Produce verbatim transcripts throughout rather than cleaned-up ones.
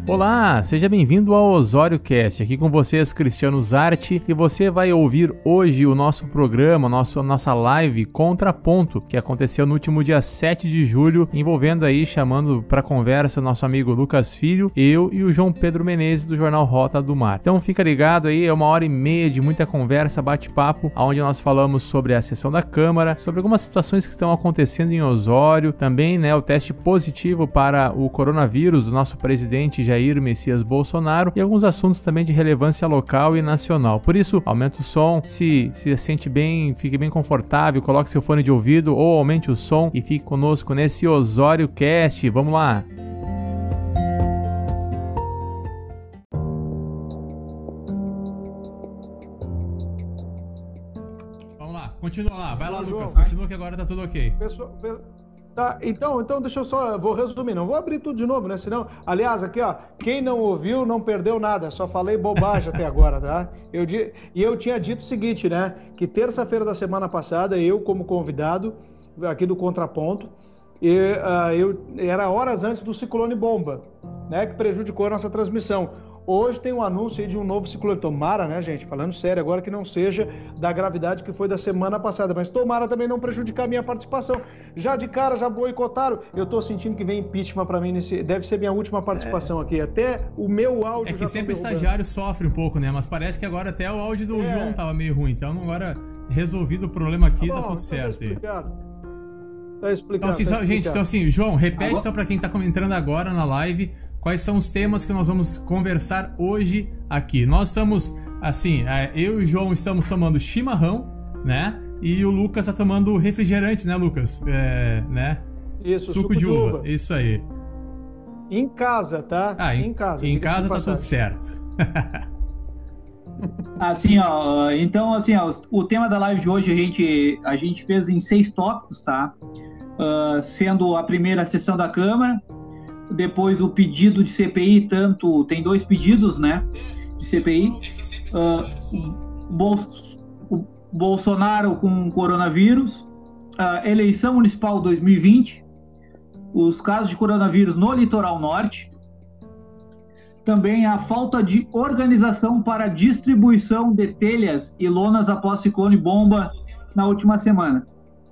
Olá, seja bem-vindo ao Osório Cast, aqui com vocês Cristiano Zarte, e você vai ouvir hoje o nosso programa, nosso, nossa live Contraponto, que aconteceu no último dia sete de julho, envolvendo aí, chamando para conversa o nosso amigo Lucas Filho, eu e o João Pedro Menezes do jornal Rota do Mar. Então fica ligado aí, é uma hora e meia de muita conversa, bate-papo, onde nós falamos sobre a sessão da Câmara, sobre algumas situações que estão acontecendo em Osório, também né, o teste positivo para o coronavírus do nosso presidente Jair Jair Messias Bolsonaro e alguns assuntos também de relevância local e nacional. Por isso, aumente o som, se se sente bem, fique bem confortável, coloque seu fone de ouvido ou aumente o som e fique conosco nesse Osório Cast. Vamos lá! Vamos lá, continua lá, vai lá, Lucas, continua que agora tá tudo ok. Pessoal, Tá, então, então deixa eu só, vou resumir, não vou abrir tudo de novo, né? Senão, aliás, aqui ó, quem não ouviu não perdeu nada, só falei bobagem até agora, tá? Eu, e eu tinha dito o seguinte, né? Que terça-feira da semana passada, eu como convidado aqui do Contraponto, e, uh, eu, era horas antes do ciclone bomba, né? Que prejudicou a nossa transmissão. Hoje tem um anúncio aí de um novo ciclone, tomara, né, gente, falando sério agora, que não seja da gravidade que foi da semana passada, mas tomara também não prejudicar a minha participação. Já de cara, já boicotaram, eu tô sentindo que vem impeachment pra mim, nesse, deve ser minha última participação é. aqui, até o meu áudio é que já sempre o estagiário sofre um pouco, né, mas parece que agora até o áudio do é. João tava meio ruim, então agora resolvido o problema aqui, tá, bom, tá tudo certo. Tá explicado. Tá explicado. Então, assim, tá só, explicado. gente, então assim, João, repete agora... só pra quem tá entrando agora na live, quais são os temas que nós vamos conversar hoje aqui. Nós estamos, assim, eu e o João estamos tomando chimarrão, né? E o Lucas está tomando refrigerante, né, Lucas? É, né? Isso, suco, suco de, de uva. uva. Isso aí. Em casa, tá? Ah, em, em casa. Em casa tá tudo certo. Assim, ó, então, assim, ó, o tema da live de hoje a gente, a gente fez em seis tópicos, tá? Uh, sendo a primeira sessão da Câmara, depois o pedido de C P I, tanto tem dois pedidos, né, de C P I, uh, Bol o Bolsonaro com coronavírus, a eleição municipal dois mil e vinte, os casos de coronavírus no litoral norte, também a falta de organização para distribuição de telhas e lonas após ciclone bomba na última semana.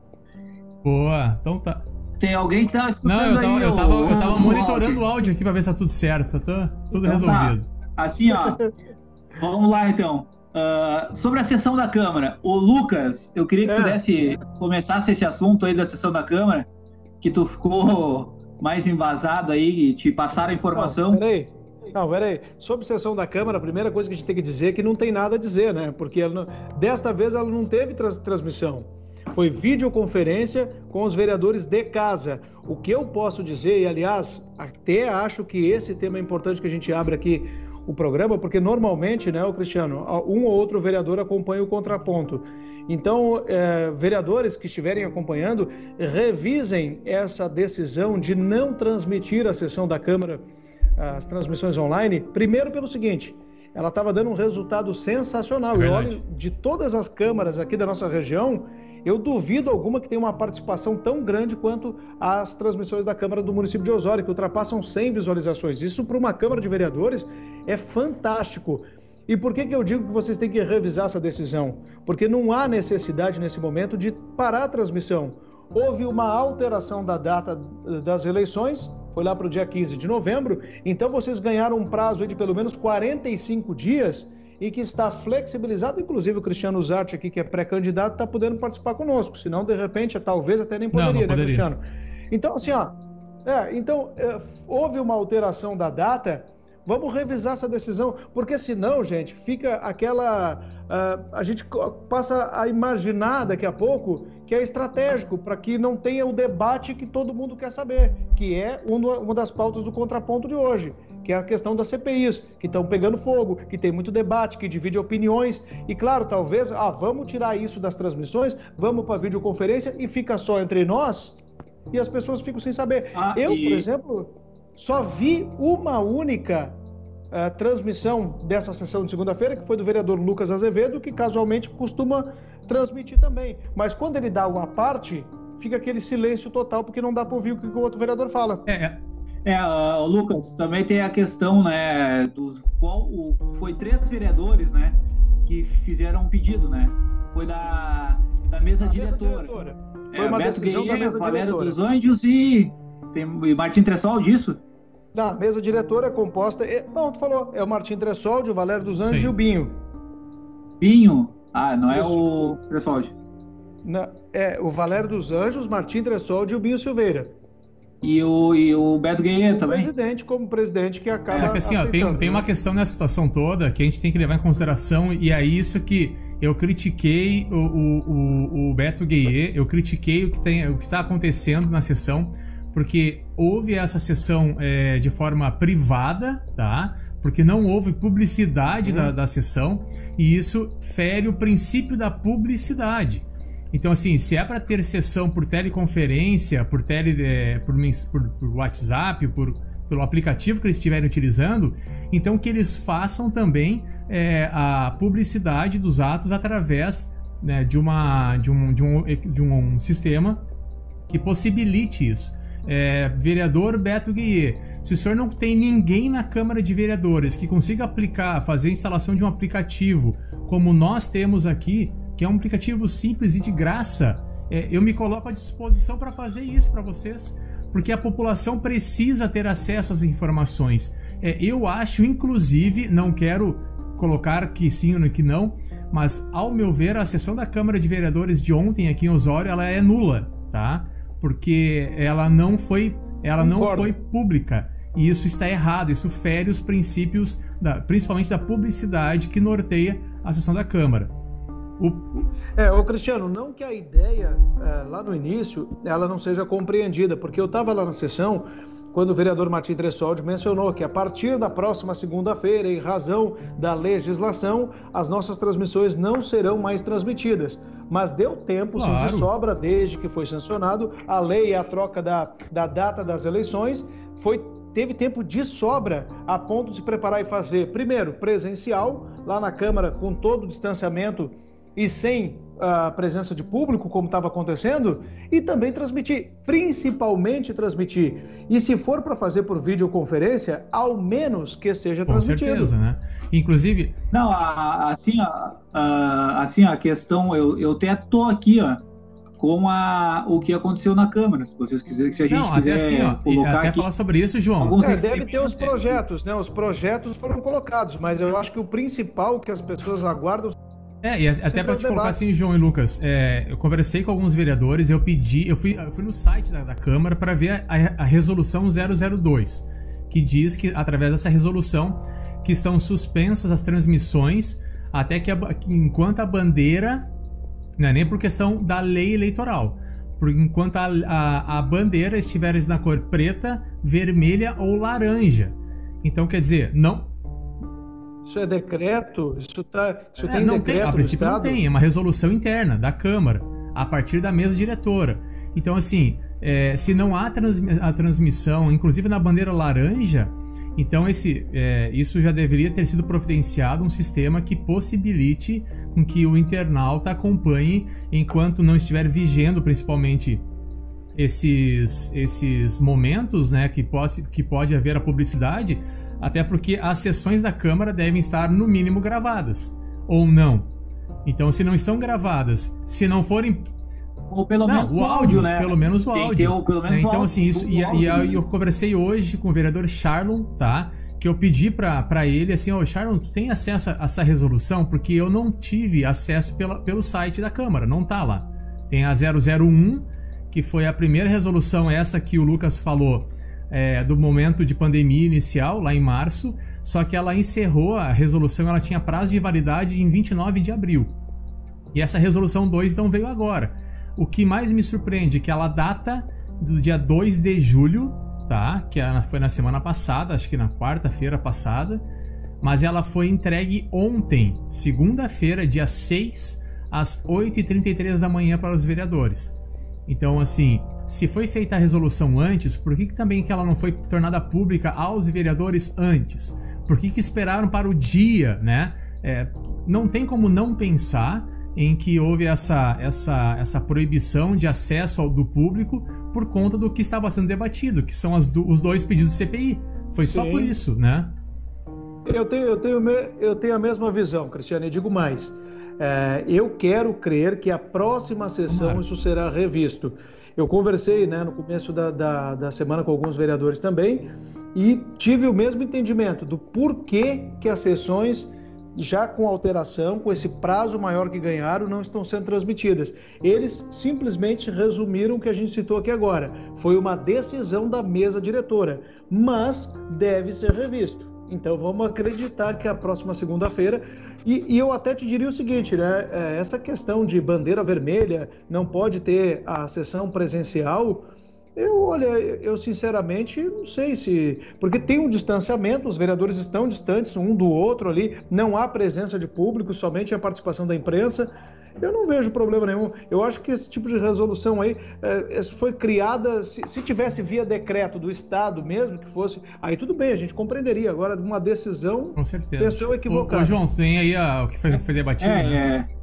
Boa, então tá. Tem alguém que tá escutando aí? Não, eu tava, aí, eu tava, o, eu tava o monitorando áudio. o áudio aqui pra ver se tá tudo certo, tá tudo então, resolvido. Tá. Assim, ó, vamos lá então. Uh, sobre a sessão da Câmara, o Lucas, eu queria que é. tu desse, começasse esse assunto aí da sessão da Câmara, que tu ficou mais embasado aí e te passaram a informação. Não, peraí. Não, peraí. Sobre a sessão da Câmara, a primeira coisa que a gente tem que dizer é que não tem nada a dizer, né? Porque ela não, desta vez ela não teve trans, transmissão. Foi videoconferência com os vereadores de casa. O que eu posso dizer, e aliás, até acho que esse tema é importante que a gente abra aqui o programa, porque normalmente, né, o Cristiano, um ou outro vereador acompanha o contraponto. Então, é, vereadores que estiverem acompanhando, revisem essa decisão de não transmitir a sessão da Câmara, as transmissões online, primeiro pelo seguinte, ela estava dando um resultado sensacional. É e olha, de todas as câmaras aqui da nossa região, eu duvido alguma que tenha uma participação tão grande quanto as transmissões da Câmara do município de Osório, que ultrapassam cem visualizações. Isso para uma Câmara de Vereadores é fantástico. E por que que eu digo que vocês têm que revisar essa decisão? Porque não há necessidade nesse momento de parar a transmissão. Houve uma alteração da data das eleições, foi lá para o dia quinze de novembro, então vocês ganharam um prazo de pelo menos quarenta e cinco dias e que está flexibilizado, inclusive o Cristiano Zarte aqui, que é pré-candidato, está podendo participar conosco, senão de repente, talvez até nem poderia, não, não poderia. né, Cristiano? Então, assim, ó, é, então, é, houve uma alteração da data, vamos revisar essa decisão, porque senão, gente, fica aquela... Uh, a gente passa a imaginar daqui a pouco que é estratégico, para que não tenha o debate que todo mundo quer saber, que é uma das pautas do contraponto de hoje, que é a questão das C P Is, que estão pegando fogo, que tem muito debate, que divide opiniões, e claro, talvez, ah, vamos tirar isso das transmissões, vamos para a videoconferência e fica só entre nós, e as pessoas ficam sem saber. Ah, Eu, e... por exemplo, só vi uma única uh, transmissão dessa sessão de segunda-feira, que foi do vereador Lucas Azevedo, que casualmente costuma transmitir também. Mas quando ele dá uma parte, fica aquele silêncio total, porque não dá para ouvir o que o outro vereador fala. É, É, uh, Lucas, também tem a questão, né, dos qual o, foi três vereadores, né, que fizeram um pedido, né? Foi da, da mesa, diretora. mesa diretora. Foi é, uma Beto decisão Gueye, da mesa Valério diretora. Dos Anjos e tem e Martim Tressol disso? Não, a mesa diretora é composta... É, bom, tu falou, é o Martim Tressol, o Valério dos Anjos Sim. e o Binho. Binho? Ah, não Isso. é o Tressol. Não, é o Valério dos Anjos, Martim Tressol e o Binho Silveira. E o, e o Beto Gueye também? O presidente, como presidente que acaba Só que assim, ó, tem, tem uma questão nessa situação toda que a gente tem que levar em consideração, e é isso que eu critiquei o, o, o Beto Gueye, eu critiquei o que, tem, o que está acontecendo na sessão, porque houve essa sessão é, de forma privada, tá? Porque não houve publicidade hum. da, da sessão, e isso fere o princípio da publicidade. Então, assim, se é para ter sessão por teleconferência, por, tele, é, por, por, por WhatsApp, por, pelo aplicativo que eles estiverem utilizando, então que eles façam também é, a publicidade dos atos através, né, de, uma, de, um, de, um, de um sistema que possibilite isso. É, vereador Beto Gueye, se o senhor não tem ninguém na Câmara de Vereadores que consiga aplicar, fazer a instalação de um aplicativo como nós temos aqui, que é um aplicativo simples e de graça, é, eu me coloco à disposição para fazer isso para vocês, porque a população precisa ter acesso às informações. É, eu acho, inclusive, não quero colocar que sim ou que não, mas, ao meu ver, a sessão da Câmara de Vereadores de ontem aqui em Osório, ela é nula, tá? Porque ela não foi, ela não foi pública. E isso está errado, isso fere os princípios, da, principalmente da publicidade que norteia a sessão da Câmara. O... É, ô Cristiano, não que a ideia é, lá no início ela não seja compreendida, porque eu estava lá na sessão quando o vereador Martim Tressoldi mencionou que a partir da próxima segunda-feira, em razão da legislação, as nossas transmissões não serão mais transmitidas. Mas deu tempo, claro, sim, de sobra, desde que foi sancionado a lei e a troca da, da data das eleições, foi, teve tempo de sobra a ponto de se preparar e fazer, primeiro, presencial, lá na Câmara, com todo o distanciamento e sem a presença de público, como estava acontecendo, e também transmitir, principalmente transmitir. E se for para fazer por videoconferência, ao menos que seja Com transmitido. Com certeza, né? Inclusive... Não, assim, a, assim, a questão, eu, eu até tô aqui, ó, com a, o que aconteceu na Câmara, se vocês quiserem, se a gente Não, quiser assim, ó, colocar até aqui... falar sobre isso, João. Alguns é, deve ter os projetos, né? Os projetos foram colocados, mas eu acho que o principal que as pessoas aguardam... É, e até para te colocar assim, João e Lucas, é, eu conversei com alguns vereadores, eu pedi, eu fui, eu fui no site da, da Câmara para ver a, a resolução zero zero dois, que diz que através dessa resolução que estão suspensas as transmissões até que, a, que enquanto a bandeira, não é nem por questão da lei eleitoral, por enquanto a, a, a bandeira estiver na cor preta, vermelha ou laranja. Então, quer dizer, não... Isso é decreto? Isso, tá, isso é, tem não decreto tem, a princípio não tem, é uma resolução interna da Câmara, a partir da mesa diretora. Então, assim, é, se não há trans, a transmissão, inclusive na bandeira laranja, então esse, é, isso já deveria ter sido providenciado um sistema que possibilite com que o internauta acompanhe enquanto não estiver vigendo, principalmente esses, esses momentos, né, que pode, que pode haver a publicidade. Até porque as sessões da Câmara devem estar, no mínimo, gravadas. Ou não. Então, se não estão gravadas, se não forem... Ou pelo não, menos o áudio, áudio, né? Pelo menos o Tem áudio. Que ter, pelo menos né? Então, áudio, assim, isso... E, áudio, e, né? e eu conversei hoje com o vereador Charlon, tá? Que eu pedi pra, pra ele, assim, ó, oh, Charlon, tu tem acesso a essa resolução? Porque eu não tive acesso pela, pelo site da Câmara, não tá lá. Tem a zero zero um, que foi a primeira resolução, essa que o Lucas falou, é, do momento de pandemia inicial, lá em março, só que ela encerrou, a resolução ela tinha prazo de validade em vinte e nove de abril. E essa resolução dois então veio agora. O que mais me surpreende é que ela data do dia dois de julho, tá? Que ela foi na semana passada, acho que na quarta-feira passada, mas ela foi entregue ontem, segunda-feira, dia seis, às oito e trinta e três da manhã para os vereadores. Então, assim, se foi feita a resolução antes, por que, que também que ela não foi tornada pública aos vereadores antes? Por que, que esperaram para o dia, né? É, não tem como não pensar em que houve essa, essa, essa proibição de acesso ao, do público por conta do que estava sendo debatido, que são as do, os dois pedidos de C P I. Foi só Sim. por isso, né? Eu tenho, eu, tenho, eu tenho a mesma visão, Cristiano, e digo mais. É, eu quero crer que a próxima sessão Tomara. isso será revisto. Eu conversei, né, no começo da, da, da semana com alguns vereadores também e tive o mesmo entendimento do porquê que as sessões, já com alteração, com esse prazo maior que ganharam, não estão sendo transmitidas. Eles simplesmente resumiram o que a gente citou aqui agora. Foi uma decisão da mesa diretora, mas deve ser revisto. Então vamos acreditar que a próxima segunda-feira, e, e eu até te diria o seguinte, né? Essa questão de bandeira vermelha, não pode ter a sessão presencial, eu, olha, eu sinceramente não sei se... Porque tem um distanciamento, os vereadores estão distantes um do outro ali, não há presença de público, somente a participação da imprensa. Eu não vejo problema nenhum. Eu acho que esse tipo de resolução aí é, foi criada, se, se tivesse via decreto do Estado mesmo, que fosse, aí tudo bem, a gente compreenderia. Agora, uma decisão, com certeza, pessoa equivocada. Ô, ô João, tem aí a, o que foi, foi debatido? É, né? é.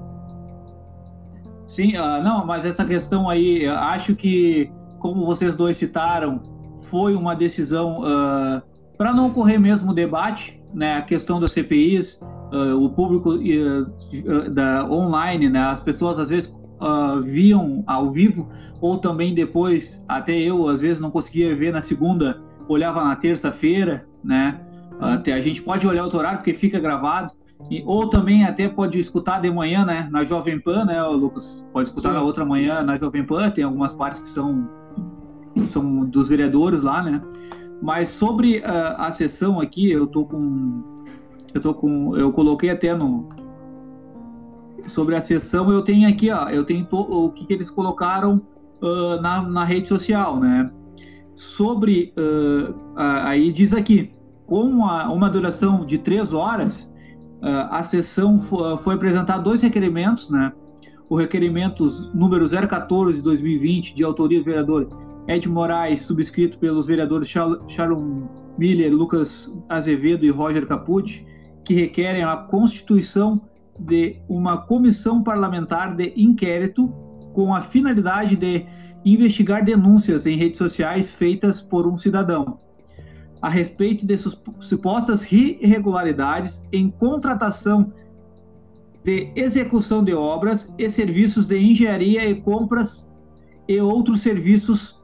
Sim, uh, não, mas essa questão aí, acho que, como vocês dois citaram, foi uma decisão uh, para não ocorrer mesmo o debate, né, a questão das C P Is, uh, o público uh, uh, da online, né, as pessoas às vezes uh, viam ao vivo, ou também depois, até eu às vezes não conseguia ver na segunda, olhava na terça-feira, né, até a gente pode olhar outro horário porque fica gravado, e, ou também até pode escutar de manhã, né, na Jovem Pan, né, Lucas, pode escutar Sim. na outra manhã na Jovem Pan, tem algumas partes que são, são dos vereadores lá, né. Mas sobre uh, a sessão aqui, eu tô com, eu tô com, eu coloquei até no, sobre a sessão, eu tenho aqui, ó, eu tenho to, o que, que eles colocaram uh, na, na rede social, né? Sobre, uh, uh, aí diz aqui, com uma, uma duração de três horas, uh, a sessão foi, foi apresentar dois requerimentos, né? O requerimento número zero quatorze de dois mil e vinte, de autoria do vereador Ed Moraes, subscrito pelos vereadores Sharon Miller, Lucas Azevedo e Roger Capucci, que requerem a constituição de uma comissão parlamentar de inquérito com a finalidade de investigar denúncias em redes sociais feitas por um cidadão a respeito de supostas irregularidades em contratação de execução de obras e serviços de engenharia e compras e outros serviços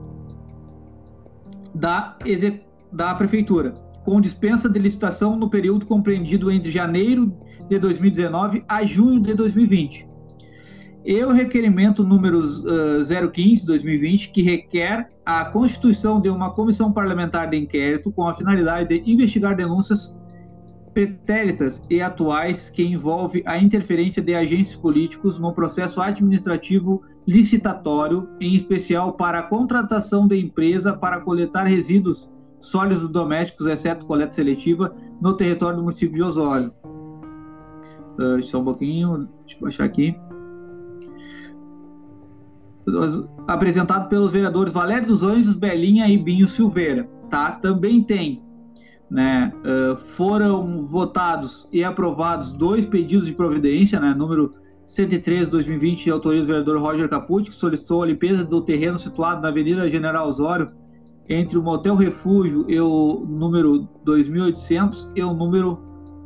Da, da Prefeitura, com dispensa de licitação no período compreendido entre janeiro de dois mil e dezenove a junho de dois mil e vinte. E o requerimento número uh, zero quinze de dois mil e vinte, que requer a constituição de uma comissão parlamentar de inquérito com a finalidade de investigar denúncias pretéritas e atuais que envolve a interferência de agentes políticos no processo administrativo licitatório, em especial para a contratação de empresa para coletar resíduos sólidos domésticos, exceto coleta seletiva, no território do município de Osório. Uh, só um pouquinho, deixa eu baixar aqui. Apresentado pelos vereadores Valério dos Anjos, Belinha e Binho Silveira. Tá? Também tem, né, uh, foram votados e aprovados dois pedidos de providência, né, número cento e três de dois mil e vinte, de autoria do vereador Roger Capucci, que solicitou a limpeza do terreno situado na Avenida General Osório, entre o Motel Refúgio e o número dois mil e oitocentos e o número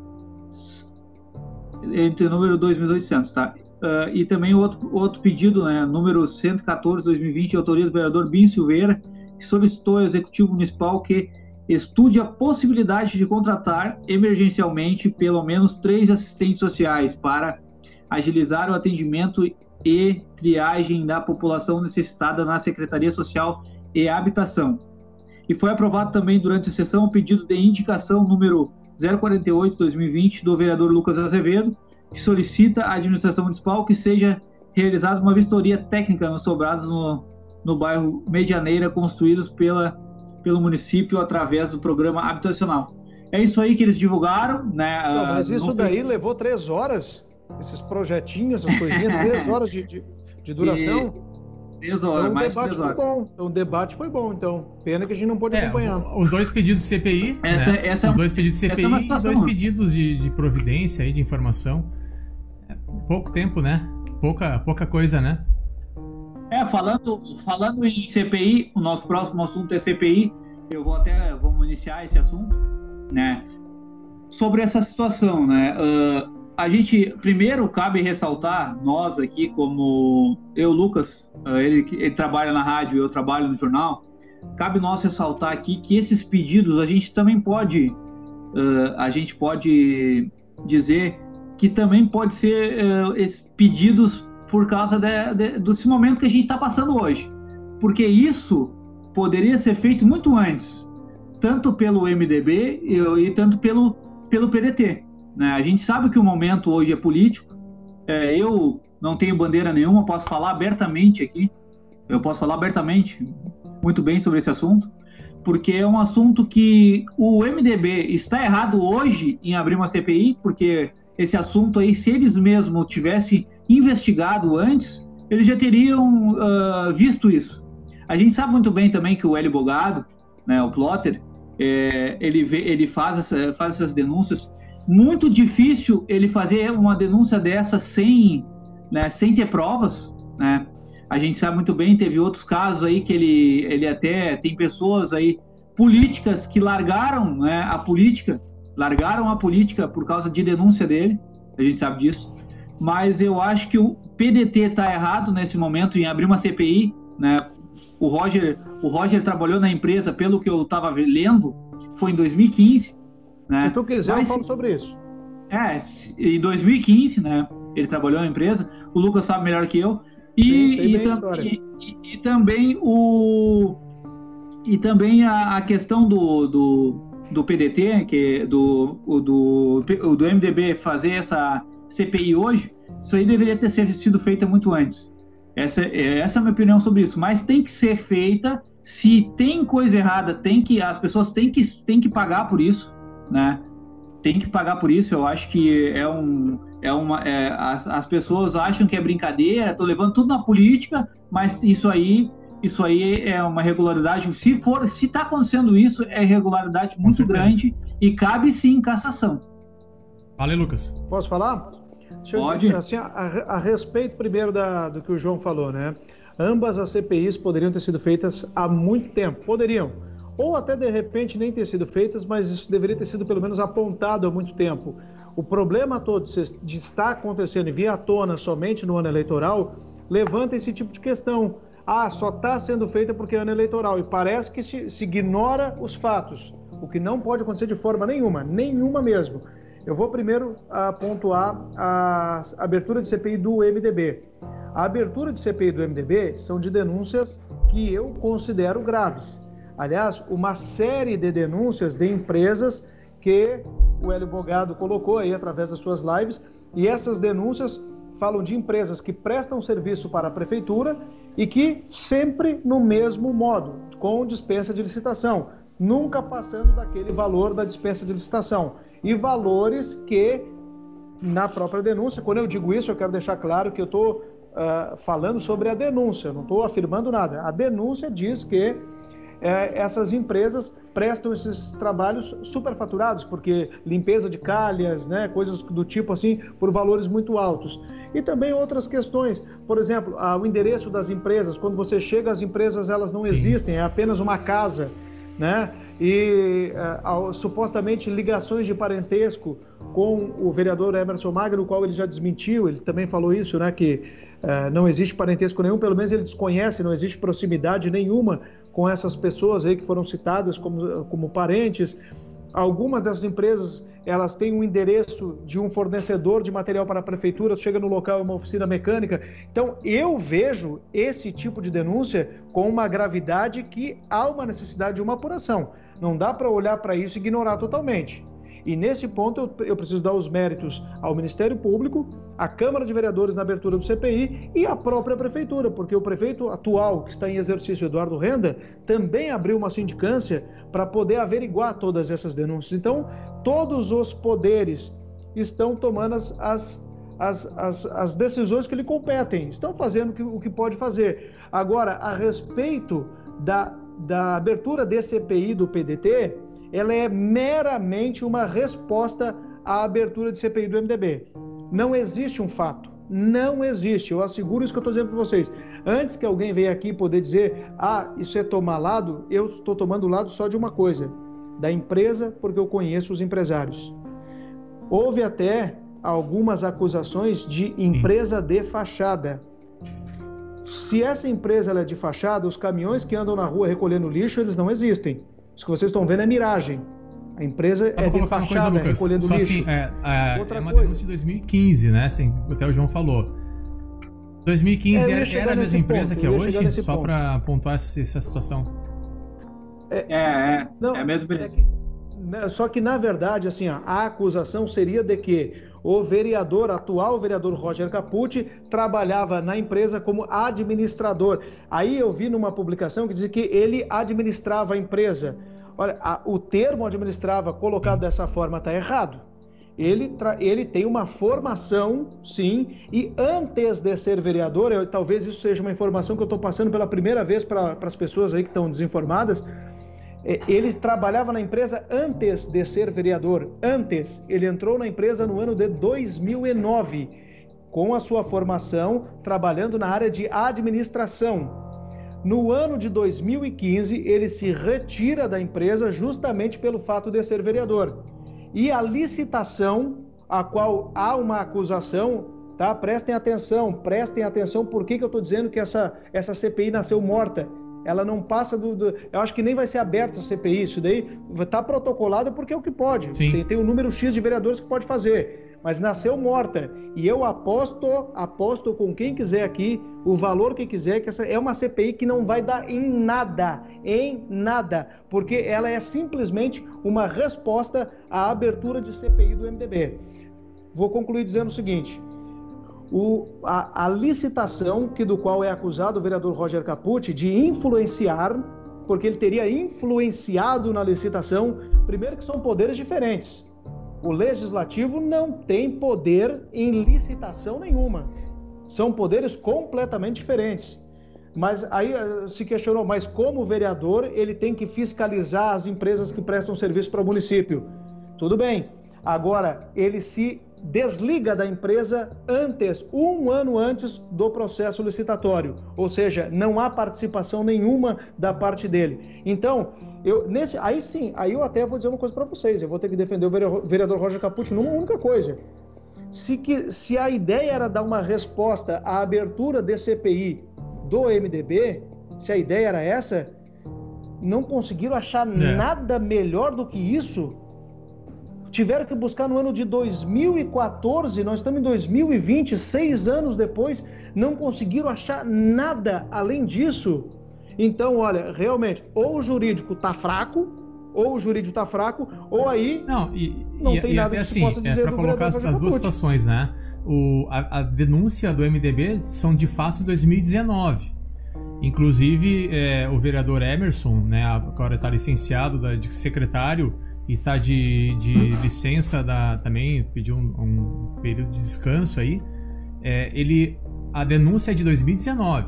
entre o número dois mil e oitocentos, tá? Uh, e também outro, outro pedido, né, número cento e quatorze de dois mil e vinte, de autoria do vereador Binho Silveira, que solicitou ao Executivo Municipal que estude a possibilidade de contratar emergencialmente pelo menos três assistentes sociais para agilizar o atendimento e triagem da população necessitada na Secretaria Social e Habitação. E foi aprovado também durante a sessão o pedido de indicação número zero quarenta e oito de dois mil e vinte do vereador Lucas Azevedo, que solicita à administração municipal que seja realizada uma vistoria técnica nos sobrados no, no bairro Medianeira, construídos pela, pelo município através do programa habitacional. É isso aí que eles divulgaram, né? Não, mas isso daí fez... levou três horas? Esses projetinhos, essas coisinhas, três horas de, de, de duração. E... três horas, então, mais o debate foi bom. Então, o debate foi bom, então. Pena que a gente não pôde é, acompanhar. Os dois pedidos de C P I, essa, né? essa, os dois pedidos de C P I é e dois pedidos de, de providência aí, de informação. É pouco tempo, né? Pouca, pouca coisa, né? É, falando, falando em C P I, o nosso próximo assunto é C P I, eu vou até, vamos iniciar esse assunto, né, sobre essa situação, né, uh, a gente, primeiro, cabe ressaltar, nós aqui, como eu, Lucas, uh, ele, ele trabalha na rádio, eu trabalho no jornal, cabe nós ressaltar aqui que esses pedidos, a gente também pode, uh, a gente pode dizer que também pode ser uh, esses pedidos por causa de, de, desse momento que a gente está passando hoje. Porque isso poderia ser feito muito antes, tanto pelo M D B e, e tanto pelo, pelo P D T. Né? A gente sabe que o momento hoje é político. É, eu não tenho bandeira nenhuma, posso falar abertamente aqui. Eu posso falar abertamente muito bem sobre esse assunto, porque é um assunto que o M D B está errado hoje em abrir uma C P I, porque esse assunto aí, se eles mesmos tivessem investigado antes, eles já teriam uh, visto isso. A gente sabe muito bem também que o Hélio Bogado, né, o plotter, é, ele, vê, ele faz, essa, faz essas denúncias. Muito difícil ele fazer uma denúncia dessa sem, né, sem ter provas, né? A gente sabe muito bem, teve outros casos aí que ele, ele até tem pessoas aí políticas que largaram, né, a política, largaram a política por causa de denúncia dele, a gente sabe disso, mas eu acho que o P D T está errado nesse momento em abrir uma C P I, né? O Roger, o Roger trabalhou na empresa, pelo que eu estava lendo, foi em dois mil e quinze, né? Se tu quiser, mas, eu falo sobre isso. É, em dois mil e quinze, né? Ele trabalhou na empresa, o Lucas sabe melhor que eu, e, Sim, e, tam, e, e, e também o e também a, a questão do, do, do P D T, que do, do, do M D B fazer essa C P I hoje, isso aí deveria ter sido feita muito antes. Essa, essa é a minha opinião sobre isso, mas tem que ser feita. Se tem coisa errada, tem que, as pessoas têm que, têm que pagar por isso, né? Tem que pagar por isso. Eu acho que é um, é uma, é, as, as pessoas acham que é brincadeira, estou levando tudo na política, mas isso aí, isso aí é uma irregularidade. Se for, se está acontecendo isso, é irregularidade muito grande e cabe sim cassação. Fala aí, Lucas. Posso falar? Deixa Pode. Eu, assim, a, a respeito primeiro da, do que o João falou, né? Ambas as C P Is poderiam ter sido feitas há muito tempo, poderiam. Ou até de repente nem ter sido feitas, mas isso deveria ter sido pelo menos apontado há muito tempo. O problema todo de estar acontecendo e vir à tona somente no ano eleitoral levanta esse tipo de questão. Ah, só está sendo feita porque é ano eleitoral, e parece que se, se ignora os fatos, o que não pode acontecer de forma nenhuma, nenhuma mesmo. Eu vou primeiro uh, pontuar a abertura de C P I do M D B. A abertura de C P I do M D B são de denúncias que eu considero graves. Aliás, uma série de denúncias de empresas que o Hélio Bogado colocou aí através das suas lives, e essas denúncias falam de empresas que prestam serviço para a prefeitura e que sempre no mesmo modo, com dispensa de licitação, nunca passando daquele valor da dispensa de licitação. E valores que, na própria denúncia, quando eu digo isso, eu quero deixar claro que eu estou uh, falando sobre a denúncia, não estou afirmando nada. A denúncia diz que uh, essas empresas prestam esses trabalhos superfaturados, porque limpeza de calhas, né, coisas do tipo assim, por valores muito altos. E também outras questões, por exemplo, uh, o endereço das empresas, quando você chega, as empresas elas não Sim. existem, é apenas uma casa, né? E uh, supostamente ligações de parentesco com o vereador Emerson Magno, o qual ele já desmentiu, ele também falou isso, né, que uh, não existe parentesco nenhum, pelo menos ele desconhece, não existe proximidade nenhuma com essas pessoas aí que foram citadas como, como parentes. Algumas dessas empresas, elas têm um endereço de um fornecedor de material para a prefeitura, chega no local, é uma oficina mecânica. Então, eu vejo esse tipo de denúncia com uma gravidade que há uma necessidade de uma apuração. Não dá para olhar para isso e ignorar totalmente. E nesse ponto eu, eu preciso dar os méritos ao Ministério Público, à Câmara de Vereadores na abertura do C P I e à própria Prefeitura, porque o prefeito atual, que está em exercício, Eduardo Renda, também abriu uma sindicância para poder averiguar todas essas denúncias. Então, todos os poderes estão tomando as, as, as, as, as decisões que lhe competem, estão fazendo o que, o que pode fazer. Agora, a respeito da, da abertura de C P I do P D T, ela é meramente uma resposta à abertura de C P I do M D B. Não existe um fato, não existe. Eu asseguro isso que eu estou dizendo para vocês. Antes que alguém venha aqui poder dizer, ah, isso é tomar lado, eu estou tomando lado só de uma coisa, da empresa, porque eu conheço os empresários. Houve até algumas acusações de empresa de fachada. Se essa empresa ela é de fachada, os caminhões que andam na rua recolhendo lixo, eles não existem. Isso que vocês estão vendo é miragem. A empresa é de fachada, coisa, recolhendo Só lixo. Assim, é, é, Outra é uma coisa. denúncia de dois mil e quinze, né? Assim, até o João falou. dois mil e quinze É, era, era a mesma empresa ponto, que é hoje? Só ponto. para pontuar essa, essa situação. É, é, Não, é a mesma empresa. é que, né, só que, na verdade, assim, ó, a acusação seria de que o vereador, atual vereador Roger Capucci, trabalhava na empresa como administrador. Aí eu vi numa publicação que dizia que ele administrava a empresa. Olha, a, o termo administrava colocado dessa forma está errado. Ele, tra, ele tem uma formação, sim, e antes de ser vereador, eu, talvez isso seja uma informação que eu estou passando pela primeira vez para as pessoas aí que estão desinformadas, ele trabalhava na empresa antes de ser vereador, antes. Ele entrou na empresa no ano de dois mil e nove, com a sua formação, trabalhando na área de administração. No ano de dois mil e quinze, ele se retira da empresa justamente pelo fato de ser vereador. E a licitação, a qual há uma acusação, tá? Prestem atenção, prestem atenção, por que que eu estou dizendo que essa, essa C P I nasceu morta? Ela não passa do, do... Eu acho que nem vai ser aberta essa C P I, isso daí está protocolado porque é o que pode. Tem, tem um número X de vereadores que pode fazer, mas nasceu morta. E eu aposto, aposto com quem quiser aqui, o valor que quiser, que essa é uma C P I que não vai dar em nada, em nada, porque ela é simplesmente uma resposta à abertura de C P I do M D B. Vou concluir dizendo o seguinte... O, a, a licitação que do qual é acusado o vereador Roger Capucci de influenciar, porque ele teria influenciado na licitação, primeiro que são poderes diferentes. O legislativo não tem poder em licitação nenhuma. São poderes completamente diferentes. Mas aí se questionou, mas como vereador ele tem que fiscalizar as empresas que prestam serviço para o município? Tudo bem. Agora, ele se desliga da empresa antes, um ano antes do processo licitatório, ou seja, não há participação nenhuma da parte dele. Então, eu, nesse, aí sim, aí eu até vou dizer uma coisa para vocês, eu vou ter que defender o vereador Roger Capucci numa única coisa. Se, que, se a ideia era dar uma resposta à abertura de C P I do M D B, se a ideia era essa, não conseguiram achar é. nada melhor do que isso. Tiveram que buscar no ano de dois mil e quatorze, nós estamos em dois mil e vinte, seis anos depois, não conseguiram achar nada além disso. Então, olha, realmente, ou o jurídico está fraco, ou o jurídico está fraco, ou aí não, e, não e, tem e nada que assim, se possa dizer é, do vereador Roger Capucci. Para colocar as duas situações, né? O, a, a denúncia do M D B são de fato de dois mil e dezenove. Inclusive, é, o vereador Emerson, né, agora está licenciado da, de secretário, está de, de licença da, também, pediu um, um período de descanso aí. É, ele, a denúncia é de dois mil e dezenove.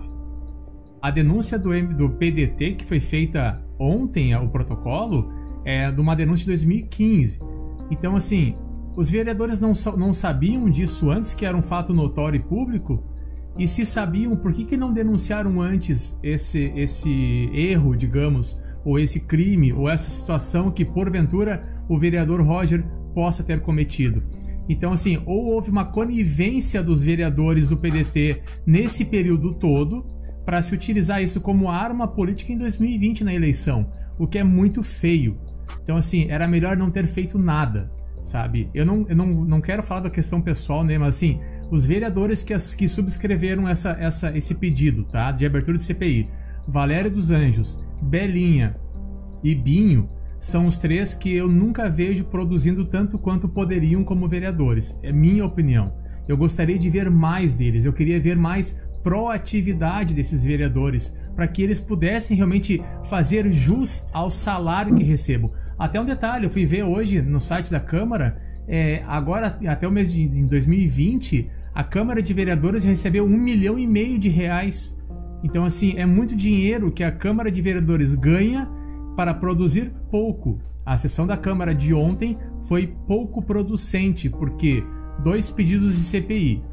A denúncia do, do P D T, que foi feita ontem, o protocolo, é de uma denúncia de dois mil e quinze. Então, assim, os vereadores não, não sabiam disso antes, que era um fato notório e público, e se sabiam, por que, que não denunciaram antes esse, esse erro, digamos, ou esse crime, ou essa situação que, porventura, o vereador Roger possa ter cometido. Então, assim, ou houve uma conivência dos vereadores do P D T nesse período todo, para se utilizar isso como arma política em dois mil e vinte na eleição, o que é muito feio. Então, assim, era melhor não ter feito nada, sabe? Eu não, eu não, não quero falar da questão pessoal, né? Mas, assim, os vereadores que, as, que subscreveram essa, essa, esse pedido, tá? De abertura de C P I, Valério dos Anjos, Belinha e Binho, são os três que eu nunca vejo produzindo tanto quanto poderiam como vereadores. É minha opinião. Eu gostaria de ver mais deles, eu queria ver mais proatividade desses vereadores, para que eles pudessem realmente fazer jus ao salário que recebam. Até um detalhe, eu fui ver hoje no site da Câmara, é, agora até o mês de em dois mil e vinte, a Câmara de Vereadores recebeu um milhão e meio de reais. Então, assim, é muito dinheiro que a Câmara de Vereadores ganha para produzir pouco. A sessão da Câmara de ontem foi pouco producente, porque dois pedidos de C P I,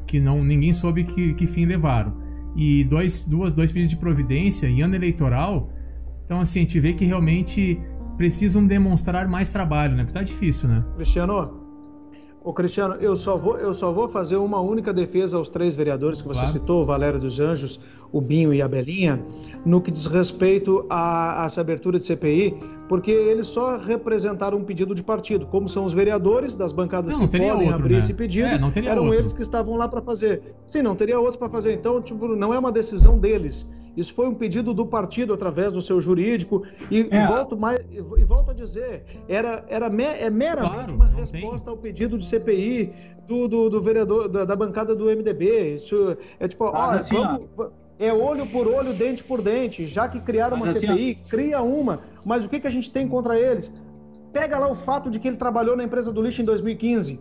que não, ninguém soube que, que fim levaram. E dois, duas, dois pedidos de providência em ano eleitoral. Então, assim, a gente vê que realmente precisam demonstrar mais trabalho, né? Porque tá difícil, né? Cristiano, ô Cristiano, eu só vou, eu só vou fazer uma única defesa aos três vereadores que você claro. citou, o Valério dos Anjos, o Binho e a Belinha, no que diz respeito a, a essa abertura de C P I, porque eles só representaram um pedido de partido. Como são os vereadores das bancadas não, que não podem outro, abrir né? esse pedido, é, não teria eram outro. eles que estavam lá para fazer. Sim, não teria outros para fazer. Então, tipo, não é uma decisão deles. Isso foi um pedido do partido através do seu jurídico e, é. e, volto, mais, e, e volto a dizer, era, era me, é meramente claro, uma resposta tem. ao pedido de C P I do, do, do vereador, da, da bancada do M D B. Isso é tipo, ah, ó, assim, vamos, ó. é olho por olho, dente por dente. Já que criaram uma assim, C P I, ó. cria uma. Mas o que, que a gente tem contra eles? Pega lá o fato de que ele trabalhou na empresa do lixo em dois mil e quinze.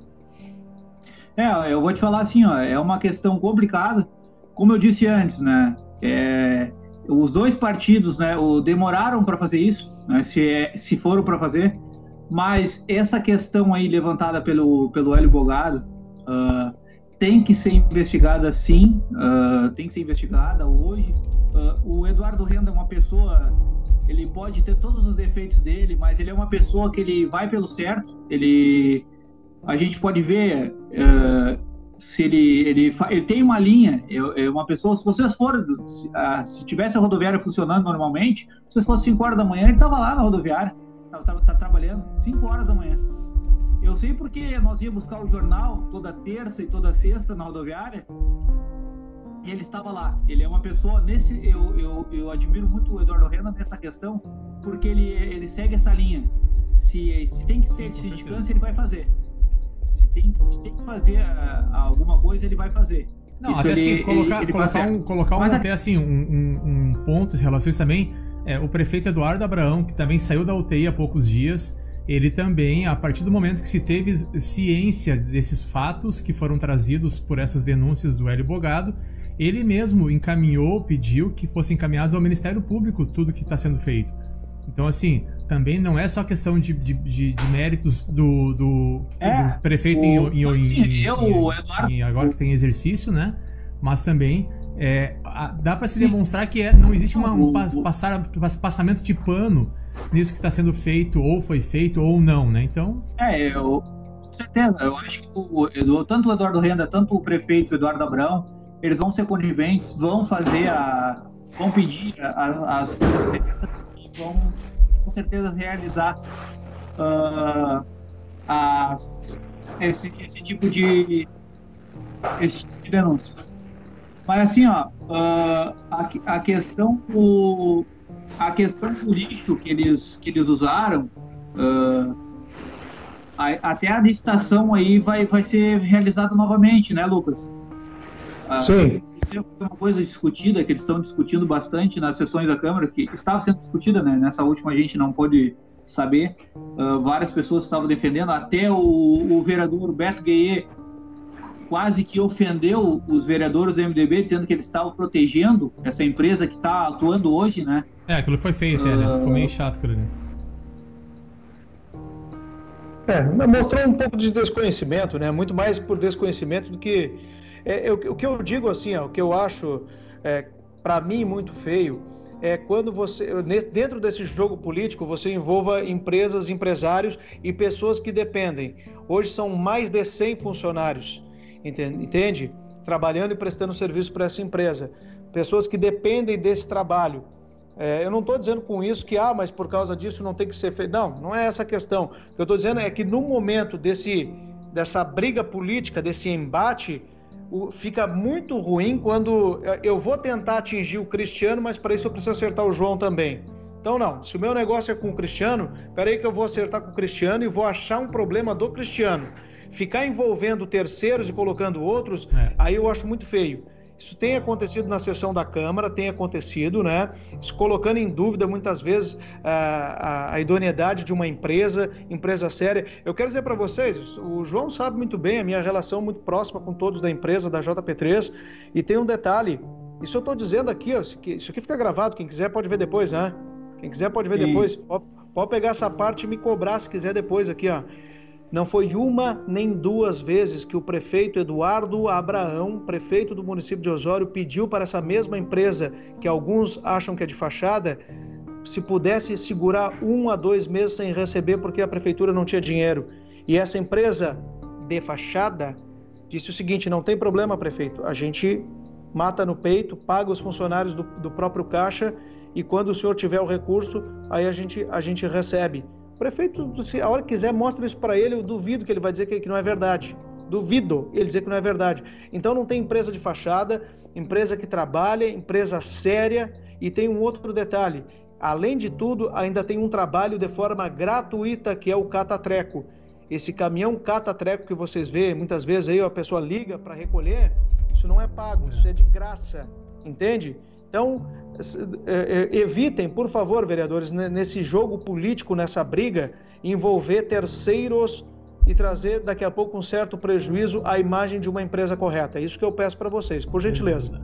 É, eu vou te falar assim, ó, é uma questão complicada. Como eu disse antes, né? É, os dois partidos, né, demoraram para fazer isso, né, se, é, se foram para fazer, mas essa questão aí levantada pelo, pelo Hélio Bogado uh, tem que ser investigada sim, uh, tem que ser investigada hoje. Uh, o Eduardo Renda é uma pessoa, ele pode ter todos os defeitos dele, mas ele é uma pessoa que ele vai pelo certo, ele, a gente pode ver... Uh, se ele, ele, ele tem uma linha, é uma pessoa, se vocês forem, se, uh, se tivesse a rodoviária funcionando normalmente, se vocês fossem cinco horas da manhã, ele estava lá na rodoviária, tá, tá, tá trabalhando, cinco horas da manhã. Eu sei porque nós íamos buscar o jornal toda terça e toda sexta na rodoviária, e ele estava lá. Ele é uma pessoa, nesse, eu, eu, eu admiro muito o Eduardo Renda nessa questão, porque ele, ele segue essa linha. Se, se tem que ter sindicância, ele vai fazer. Se tem, se tem que fazer uh, alguma coisa, ele vai fazer. Não, isso até ele, assim, colocar, ele, ele colocar, um, colocar um, até assim, um, um, um ponto em relação a isso também, é, o prefeito Eduardo Abraão, que também saiu da U T I há poucos dias, ele também, a partir do momento que se teve ciência desses fatos que foram trazidos por essas denúncias do Hélio Bogado, ele mesmo encaminhou, pediu que fossem encaminhados ao Ministério Público tudo que está sendo feito. Então, assim, também não é só questão de, de, de, de méritos do, do, é, do prefeito o, em, em, assim, em, eu, em, Eduardo, em agora que tem exercício, né? Mas também é, a, dá para se demonstrar que é, não existe uma, um pas, passar, passamento de pano nisso que está sendo feito, ou foi feito, ou não, né? Então... É, eu, com certeza. Eu acho que o, tanto o Eduardo Renda, tanto o prefeito Eduardo Abraão, eles vão ser coniventes, vão fazer a... vão pedir a, as coisas certas, vão com certeza realizar uh, as, esse, esse tipo de esse tipo de denúncia. Mas assim, ó, uh, a, a questão do a questão do lixo que eles que eles usaram, uh, a, até a licitação aí vai vai ser realizada novamente, né, Lucas? Uh, Sim. Isso é uma coisa discutida, que eles estão discutindo bastante nas sessões da Câmara, que estava sendo discutida, né? Nessa última a gente não pôde saber, uh, várias pessoas estavam defendendo, até o, o vereador Beto Gueye quase que ofendeu os vereadores do M D B, dizendo que eles estavam protegendo essa empresa que está atuando hoje, né? É, aquilo foi feio até, uh... né? Ficou meio chato aquilo ali. É, mostrou um pouco de desconhecimento, né? Muito mais por desconhecimento do que... É, eu, o que eu digo assim, ó, o que eu acho, é, para mim, muito feio, é quando você, dentro desse jogo político, você envolva empresas, empresários e pessoas que dependem. Hoje são mais de cem funcionários, entende? entende? Trabalhando e prestando serviço para essa empresa. Pessoas que dependem desse trabalho. É, eu não estou dizendo com isso que, ah, mas por causa disso não tem que ser feito. Não, não é essa a questão. O que eu estou dizendo é que no momento desse, dessa briga política, desse embate, fica muito ruim quando eu vou tentar atingir o Cristiano, mas para isso eu preciso acertar o João também. Então não, se o meu negócio é com o Cristiano, peraí que eu vou acertar com o Cristiano e vou achar um problema do Cristiano. Ficar envolvendo terceiros e colocando outros, é. aí eu acho muito feio. Isso tem acontecido na sessão da Câmara, tem acontecido, né? Isso colocando em dúvida muitas vezes a, a, a idoneidade de uma empresa, empresa séria. Eu quero dizer para vocês, o João sabe muito bem a minha relação muito próxima com todos da empresa, da J P três, e tem um detalhe, isso eu estou dizendo aqui, ó, isso aqui fica gravado, quem quiser pode ver depois, né? Quem quiser pode ver Sim. depois, pode, pode pegar essa parte e me cobrar se quiser depois aqui, ó. Não foi uma nem duas vezes que o prefeito Eduardo Abraão, prefeito do município de Osório, pediu para essa mesma empresa, que alguns acham que é de fachada, se pudesse segurar um a dois meses sem receber porque a prefeitura não tinha dinheiro. E essa empresa de fachada disse o seguinte: não tem problema, prefeito, a gente mata no peito, paga os funcionários do, do próprio caixa e quando o senhor tiver o recurso, aí a gente, a gente recebe. O prefeito, se a hora que quiser, mostra isso para ele, eu duvido que ele vai dizer que, que não é verdade. Duvido ele dizer que não é verdade. Então não tem empresa de fachada, empresa que trabalha, empresa séria. E tem um outro detalhe: além de tudo, ainda tem um trabalho de forma gratuita, que é o cata-treco. Esse caminhão cata-treco que vocês veem, muitas vezes aí a pessoa liga para recolher, isso não é pago, isso é de graça, entende? Então, evitem, por favor, vereadores, nesse jogo político, nessa briga, envolver terceiros e trazer daqui a pouco um certo prejuízo à imagem de uma empresa correta. É isso que eu peço para vocês, por gentileza.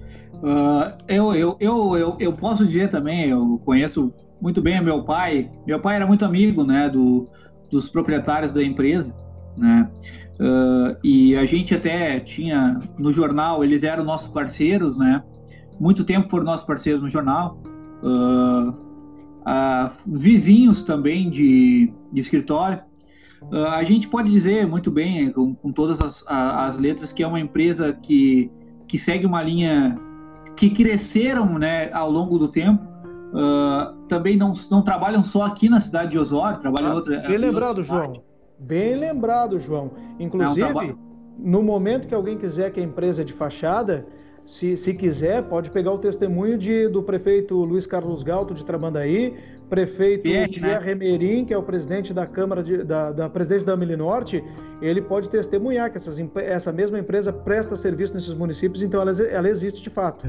Uh, eu, eu, eu, eu, eu posso dizer também, eu conheço muito bem meu pai. Meu pai era muito amigo, né, do, dos proprietários da empresa, né? Uh, e a gente até tinha no jornal, eles eram nossos parceiros, né? Muito tempo foram nossos parceiros no jornal. Uh, uh, vizinhos também de, de escritório. Uh, a gente pode dizer muito bem, com, com todas as, as letras, que é uma empresa que, que segue uma linha que cresceram, né, ao longo do tempo. Uh, também não, não trabalham só aqui na cidade de Osório, trabalham em ah, outra. Bem lembrado, João. Bem lembrado, João. Inclusive, é um trabalho... no momento que alguém quiser que a empresa é de fachada, se, se quiser, pode pegar o testemunho de, do prefeito Luiz Carlos Galto de Tramandaí, prefeito Pierre, né? Remerim, que é o presidente da Câmara de, da, da presidente da Milinorte. Ele pode testemunhar que essas, essa mesma empresa presta serviço nesses municípios, então ela, ela existe de fato.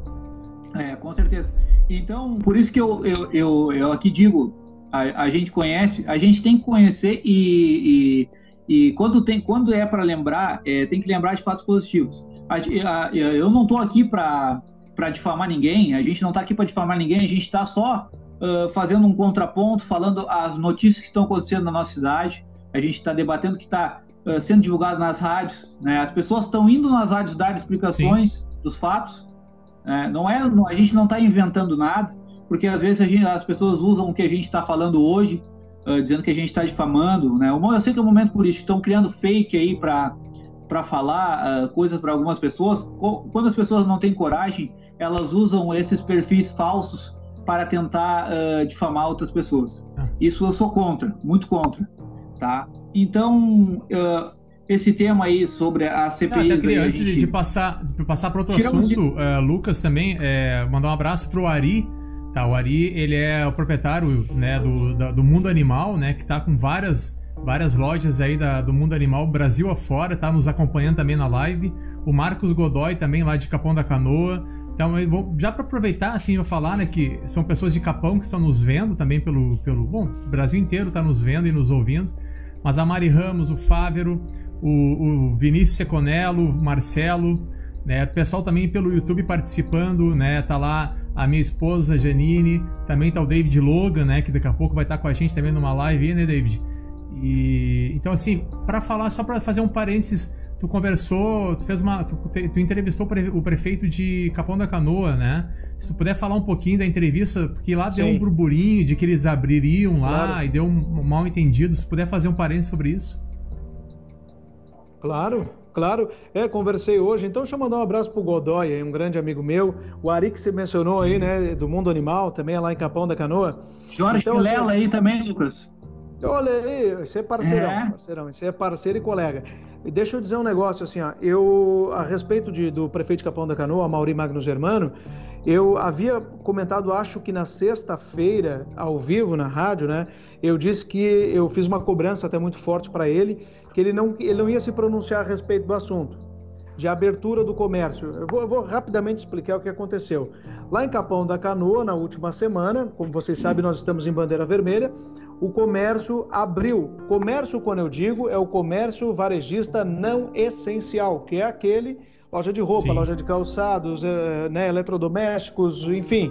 É, com certeza. Então, por isso que eu, eu, eu, eu aqui digo, a, a gente conhece, a gente tem que conhecer e, e, e quando, tem, quando é para lembrar, é, tem que lembrar de fatos positivos. A, a, eu não estou aqui para difamar ninguém, a gente não está aqui para difamar ninguém, a gente está só uh, fazendo um contraponto, falando as notícias que estão acontecendo na nossa cidade. A gente está debatendo o que está uh, sendo divulgado nas rádios, né? As pessoas estão indo nas rádios dar explicações Sim. dos fatos. É, não é, a gente não está inventando nada, porque às vezes a gente, as pessoas usam o que a gente está falando hoje, uh, dizendo que a gente está difamando, né? Eu sei que é um momento político, estão criando fake aí para para falar uh, coisas para algumas pessoas. Quando as pessoas não têm coragem, elas usam esses perfis falsos para tentar uh, difamar outras pessoas. Isso eu sou contra, muito contra, tá? Então, uh, esse tema aí sobre a C P I... Ah, queria, aí, antes gente... de passar, de passar para outro assunto, de... uh, Lucas também, é, mandar um abraço para o Ari. Tá, o Ari, ele é o proprietário, né, do, da, do Mundo Animal, né, que está com várias... várias lojas aí da, do mundo animal, Brasil afora, tá nos acompanhando também na live. O Marcos Godoy também, lá de Capão da Canoa. Então, eu vou, já para aproveitar, assim, eu falar, né, que são pessoas de Capão que estão nos vendo também pelo... pelo bom, o Brasil inteiro está nos vendo e nos ouvindo. Mas a Mari Ramos, o Fávero, o, o Vinícius Seconello, o Marcelo, né, o pessoal também pelo YouTube participando, né, tá lá a minha esposa, Janine, também tá o David Logan, né, que daqui a pouco vai estar com a gente também numa live, né, David? E, então, assim, para falar, só para fazer um parênteses, tu conversou, tu fez uma, tu, tu entrevistou o prefeito de Capão da Canoa, né? Se tu puder falar um pouquinho da entrevista, porque lá Sim. deu um burburinho de que eles abririam lá claro. E deu um, um mal entendido. Se tu puder fazer um parênteses sobre isso. Claro, claro. É, conversei hoje. Então, deixa eu mandar um abraço pro Godoy, um grande amigo meu. O Ari que você mencionou aí, né, do Mundo Animal, também é lá em Capão da Canoa. Jorge então, Vilela assim, aí também, Lucas. Olha aí, você é parceirão, é. parceirão, você é parceiro e colega. E deixa eu dizer um negócio assim, ó, eu, a respeito de, do prefeito de Capão da Canoa, Mauri Magno Germano, eu havia comentado, acho que na sexta-feira, ao vivo, na rádio, né, eu disse que eu fiz uma cobrança até muito forte para ele, que ele não, ele não ia se pronunciar a respeito do assunto, de abertura do comércio. Eu vou, eu vou rapidamente explicar o que aconteceu. Lá em Capão da Canoa, na última semana, como vocês sabem, nós estamos em bandeira vermelha, o comércio abriu. Comércio, quando eu digo, é o comércio varejista não essencial, que é aquele, loja de roupa, Sim. loja de calçados, né, eletrodomésticos, enfim,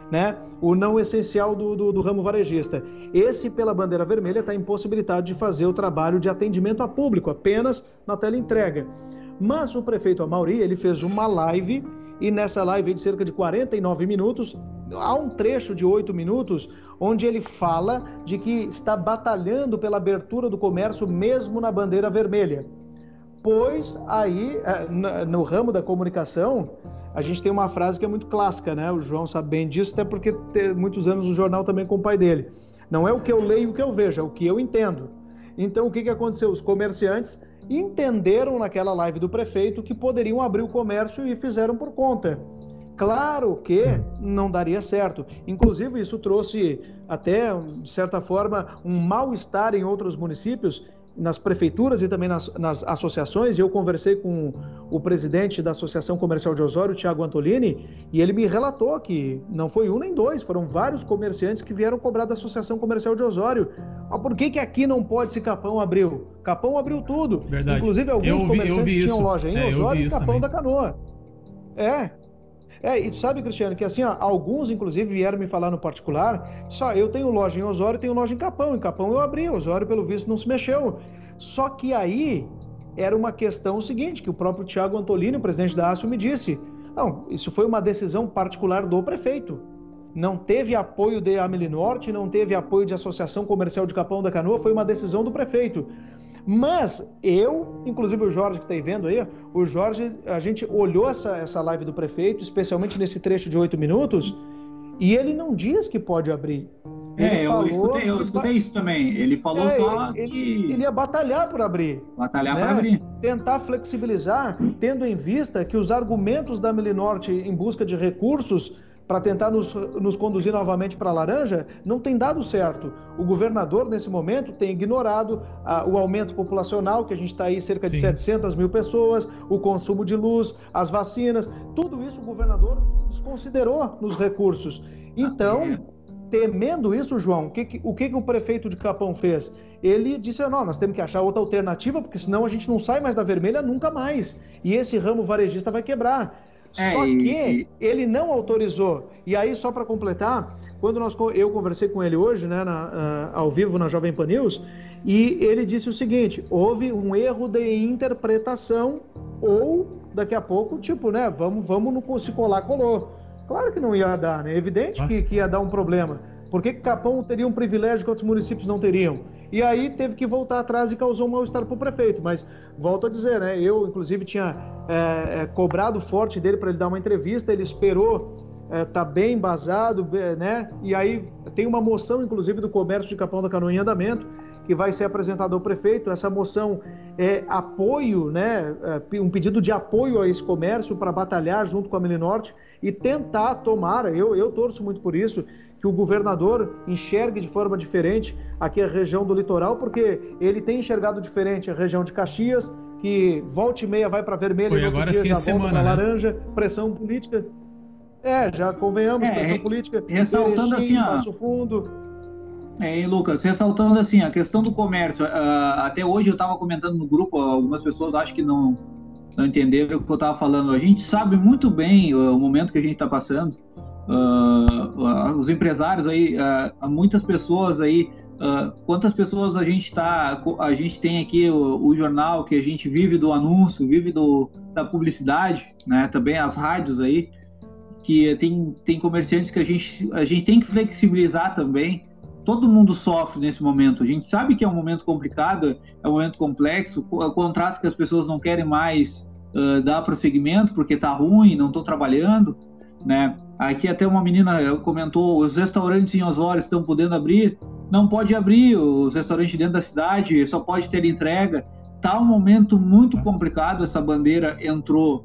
né? O não essencial do, do, do ramo varejista. Esse, pela bandeira vermelha, está impossibilitado de fazer o trabalho de atendimento a público, apenas na teleentrega. Mas o prefeito Amaury, ele fez uma live, e nessa live de cerca de quarenta e nove minutos, há um trecho de oito minutos, onde ele fala de que está batalhando pela abertura do comércio mesmo na bandeira vermelha. Pois aí, no ramo da comunicação, a gente tem uma frase que é muito clássica, né? O João sabe bem disso, até porque tem muitos anos no jornal também com o pai dele. Não é o que eu leio, o que eu vejo, é o que eu entendo. Então, o que, que aconteceu? Os comerciantes entenderam naquela live do prefeito que poderiam abrir o comércio e fizeram por conta. Claro que não daria certo. Inclusive, isso trouxe até, de certa forma, um mal-estar em outros municípios, nas prefeituras e também nas, nas associações. E eu conversei com o presidente da Associação Comercial de Osório, Thiago Antolini, e ele me relatou que não foi um nem dois, foram vários comerciantes que vieram cobrar da Associação Comercial de Osório. Mas por que que aqui não pode se Capão abriu? Capão abriu tudo. Verdade. Inclusive, alguns eu vi, comerciantes eu vi tinham loja em é, Osório e Capão também. da Canoa. É. É, e tu sabe, Cristiano, que assim, ó, alguns, inclusive, vieram me falar no particular, só eu tenho loja em Osório e tenho loja em Capão. Em Capão eu abri, Osório, pelo visto, não se mexeu. Só que aí era uma questão seguinte, que o próprio Thiago Antolini, o presidente da A S U, me disse, não, isso foi uma decisão particular do prefeito. Não teve apoio de Amelinorte, não teve apoio de Associação Comercial de Capão da Canoa, foi uma decisão do prefeito. Mas eu, inclusive o Jorge que está aí vendo aí, o Jorge, a gente olhou essa, essa live do prefeito, especialmente nesse trecho de oito minutos, e ele não diz que pode abrir. Ele é, eu, falou escutei, eu escutei isso também. Ele falou é, só ele, que... Ele ia batalhar por abrir. Batalhar né? para abrir. Tentar flexibilizar, tendo em vista que os argumentos da Amelinorte em busca de recursos para tentar nos, nos conduzir novamente para a laranja, não tem dado certo. O governador, nesse momento, tem ignorado ah, o aumento populacional, que a gente está aí cerca de Sim. setecentas mil pessoas, o consumo de luz, as vacinas, tudo isso o governador desconsiderou nos recursos. Então, temendo isso, João, o que, que, o, que, que o prefeito de Capão fez? Ele disse, não, nós temos que achar outra alternativa, porque senão a gente não sai mais da vermelha nunca mais. E esse ramo varejista vai quebrar. É, Só que e... ele não autorizou. E aí, só para completar, quando nós, eu conversei com ele hoje, né, na, uh, ao vivo na Jovem Pan News, e ele disse o seguinte, houve um erro de interpretação, ou daqui a pouco, tipo, né, vamos, vamos no se colar, colou. Claro que não ia dar, né? É evidente que, que ia dar um problema. Por que que Capão teria um privilégio que outros municípios não teriam? E aí teve que voltar atrás e causou um mal-estar para o prefeito. Mas, volto a dizer, né? Eu, inclusive, tinha é, é, cobrado forte dele para ele dar uma entrevista, ele esperou, é, tá bem embasado, né? E aí tem uma moção, inclusive, do comércio de Capão da Canoa em andamento, que vai ser apresentada ao prefeito. Essa moção é apoio, né? É, um pedido de apoio a esse comércio para batalhar junto com a Amelinorte e tentar tomar, eu, eu torço muito por isso, que o governador enxergue de forma diferente aqui a região do litoral, porque ele tem enxergado diferente a região de Caxias, que volta e meia vai para vermelho, e agora dia, sim, já semana, volta para né? laranja, pressão política. É, já convenhamos, é, pressão política. Ressaltando Erechim, assim, ó, Passo Fundo. É, e Lucas, ressaltando assim, a questão do comércio, uh, até hoje eu estava comentando no grupo, algumas pessoas acho que não, não entenderam o que eu estava falando. A gente sabe muito bem uh, o momento que a gente está passando. Uh, uh, os empresários aí, uh, muitas pessoas aí, uh, quantas pessoas a gente tá, a gente tem aqui o, o jornal que a gente vive do anúncio, vive do, da publicidade, né? Também as rádios aí, que tem, tem comerciantes que a gente, a gente tem que flexibilizar também. Todo mundo sofre nesse momento. A gente sabe que é um momento complicado, é um momento complexo, o contrato que as pessoas não querem mais uh, dar prosseguimento porque tá ruim, não estão trabalhando, né? Aqui até uma menina comentou, os restaurantes em Osório estão podendo abrir, não pode abrir, os restaurantes dentro da cidade só pode ter entrega. Tá um momento muito complicado, essa bandeira entrou,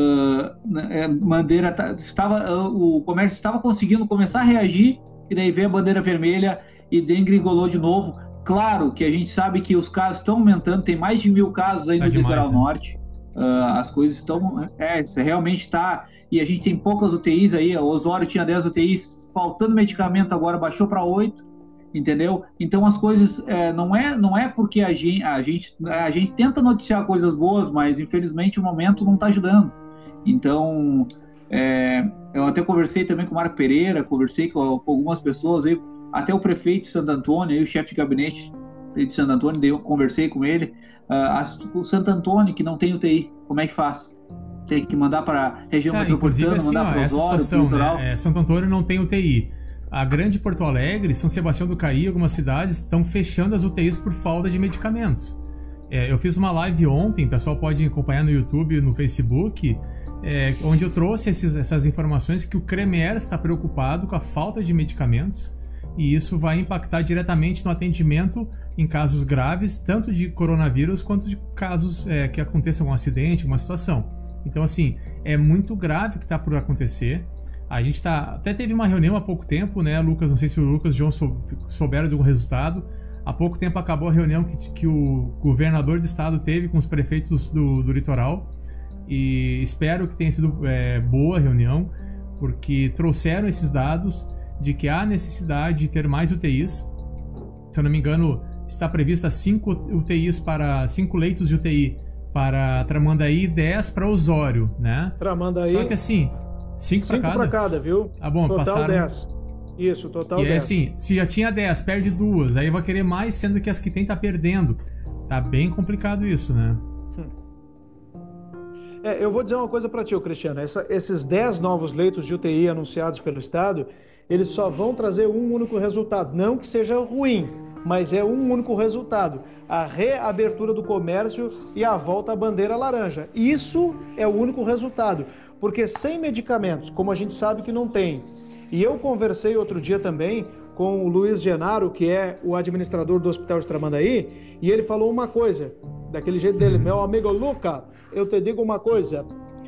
uh, bandeira tá, estava, uh, o comércio estava conseguindo começar a reagir, e daí veio a bandeira vermelha e degringolou de novo. Claro que a gente sabe que os casos estão aumentando, tem mais de mil casos aí no demais, litoral né? norte. Uh, as coisas estão... É, realmente está... E a gente tem poucas U T Is aí. O Osório tinha dez U T Is, faltando medicamento agora baixou para oito, entendeu? Então as coisas... É, não, é, não é porque a gente, a, gente, a gente tenta noticiar coisas boas, mas infelizmente o momento não está ajudando. Então... É, eu até conversei também com o Marco Pereira, conversei com, com algumas pessoas, aí, até o prefeito de Santo Antônio, aí, o chefe de gabinete de Santo Antônio, daí eu conversei com ele. Uh, o Santo Antônio, que não tem U T I, como é que faz? Tem que mandar para a região Cara, metropolitana, assim, mandar para Osório, para o litoral? Né? É, Santo Antônio não tem U T I. A grande Porto Alegre, São Sebastião do Caí, algumas cidades estão fechando as U T Is por falta de medicamentos. É, eu fiz uma live ontem, o pessoal pode acompanhar no YouTube, no Facebook, é, onde eu trouxe esses, essas informações que o CREMER está preocupado com a falta de medicamentos e isso vai impactar diretamente no atendimento em casos graves, tanto de coronavírus quanto de casos é, que aconteça algum acidente, alguma situação. Então, assim, é muito grave o que está por acontecer. A gente tá, até teve uma reunião há pouco tempo, né, Lucas? Não sei se o Lucas e o João sou, souberam de algum resultado. Há pouco tempo acabou a reunião que, que o governador do estado teve com os prefeitos do, do litoral. E espero que tenha sido é, boa a reunião, porque trouxeram esses dados de que há necessidade de ter mais U T Is. Se eu não me engano, está prevista cinco U T Is para cinco leitos de U T I para Tramandaí e dez para Osório, né? Tramandaí. Só que assim, cinco para cada. para cada, viu? Ah, bom, total passaram... dez. Isso, total e dez. É assim, se já tinha dez, perde duas, aí vai querer mais, sendo que as que tem tá perdendo. Tá bem complicado isso, né? É, eu vou dizer uma coisa para ti, Cristiano. Essa, esses dez novos leitos de U T I anunciados pelo Estado, eles só vão trazer um único resultado. Não que seja ruim, mas é um único resultado. A reabertura do comércio e a volta à bandeira laranja. Isso é o único resultado. Porque sem medicamentos, como a gente sabe que não tem, e eu conversei outro dia também com o Luiz Genaro, que é o administrador do Hospital de Tramandaí, e ele falou uma coisa, daquele jeito dele: meu amigo Luca, eu te digo uma coisa,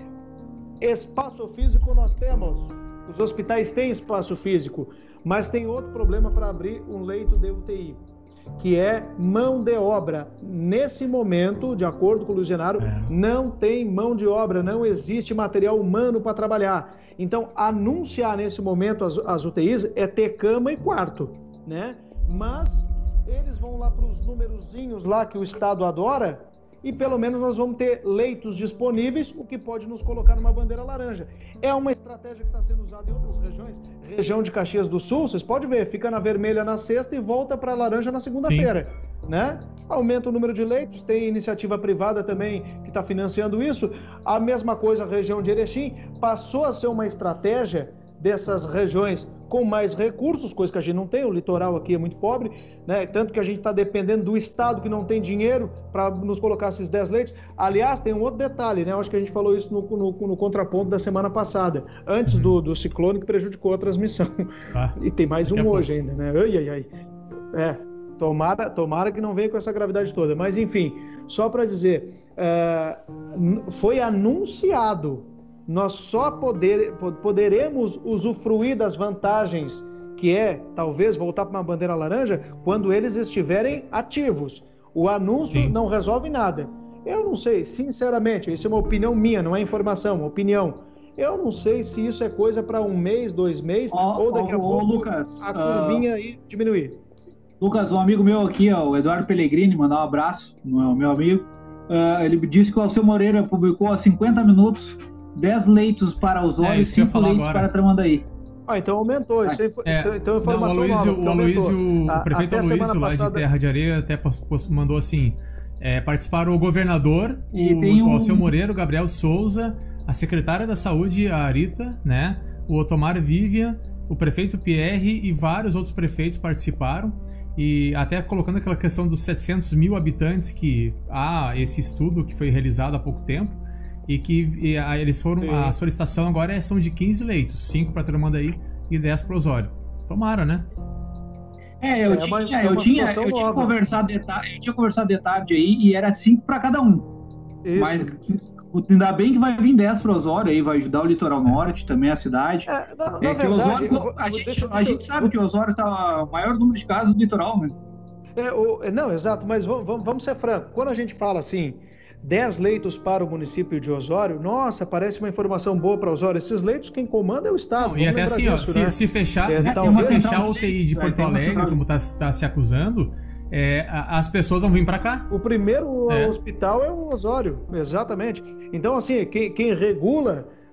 espaço físico nós temos, os hospitais têm espaço físico, mas tem outro problema para abrir um leito de U T I, que é mão de obra. Nesse momento, de acordo com o Luiz Genaro, é. não tem mão de obra, não existe material humano para trabalhar. Então, anunciar nesse momento as, as U T Is é ter cama e quarto, né? Mas eles vão lá para os numerozinhos lá que o Estado adora e pelo menos nós vamos ter leitos disponíveis, o que pode nos colocar numa bandeira laranja. É uma estratégia que está sendo usada em outras regiões. Região de Caxias do Sul, vocês podem ver, fica na vermelha na sexta e volta para a laranja na segunda-feira, né? Aumenta o número de leitos, tem iniciativa privada também que está financiando isso. A mesma coisa a região de Erechim, passou a ser uma estratégia dessas regiões com mais recursos, coisa que a gente não tem, o litoral aqui é muito pobre, né? Tanto que a gente está dependendo do Estado que não tem dinheiro para nos colocar esses dez leitos. Aliás, tem um outro detalhe, né? Eu acho que a gente falou isso no, no, no contraponto da semana passada, antes do, do ciclone que prejudicou a transmissão. Ah, e tem mais um hoje ainda, né? Ai, ai, ai. É, tomara, tomara que não venha com essa gravidade toda. Mas, enfim, só para dizer, é, foi anunciado. Nós só poder, poderemos usufruir das vantagens, que é, talvez, voltar para uma bandeira laranja, quando eles estiverem ativos. O anúncio Sim. não resolve nada. Eu não sei, sinceramente, isso é uma opinião minha, não é informação, uma opinião. Eu não sei se isso é coisa para um mês, dois meses, oh, ou daqui oh, a pouco oh, Lucas, a curvinha uh... aí diminuir. Lucas, um amigo meu aqui, ó, o Eduardo Pellegrini, mandar um abraço, meu amigo, uh, ele disse que o Alceu Moreira publicou há cinquenta minutos dez leitos para Osório e é, cinco leitos agora. para Tramandaí. Ah, então aumentou. Isso aí foi, é, então, então informação não, o Aloysio, nova. O Aloysio, o prefeito Aloysio lá de Terra de Areia até mandou assim, é, participaram o governador, e o, tem um... o Alceu Moreira, o Gabriel Souza, a secretária da Saúde, a Arita, né, o Otomar Vivian, o prefeito Pierre e vários outros prefeitos participaram. E até colocando aquela questão dos setecentos mil habitantes que há esse estudo que foi realizado há pouco tempo. E que e a, eles foram. Sim. A solicitação agora é, são de quinze leitos, cinco para Tramandaí e dez para Osório. Tomara, né? É, eu, é, tinha, uma, eu, tinha, eu, tinha conversado de tarde, eu tinha conversado de tarde aí e era cinco para cada um. Isso. Mas ainda bem que vai vir dez para Osório aí, vai ajudar o litoral norte, também a cidade. É, na, na é que verdade, Osório, eu, a, gente, deixa, a gente sabe eu, que Osório está o maior número de casos do litoral, né? É, o, não, exato, mas vamos, vamos ser francos. Quando a gente fala assim, dez leitos para o município de Osório, nossa, parece uma informação boa para Osório. Esses leitos quem comanda é o Estado. Não, e até assim, disso, ó, se, né? se fechar, é, então, se fechar a U T I de Porto Alegre, como está tá se acusando, é, as pessoas vão vir para cá. O primeiro é. hospital é o Osório, exatamente. Então, assim, quem, quem regula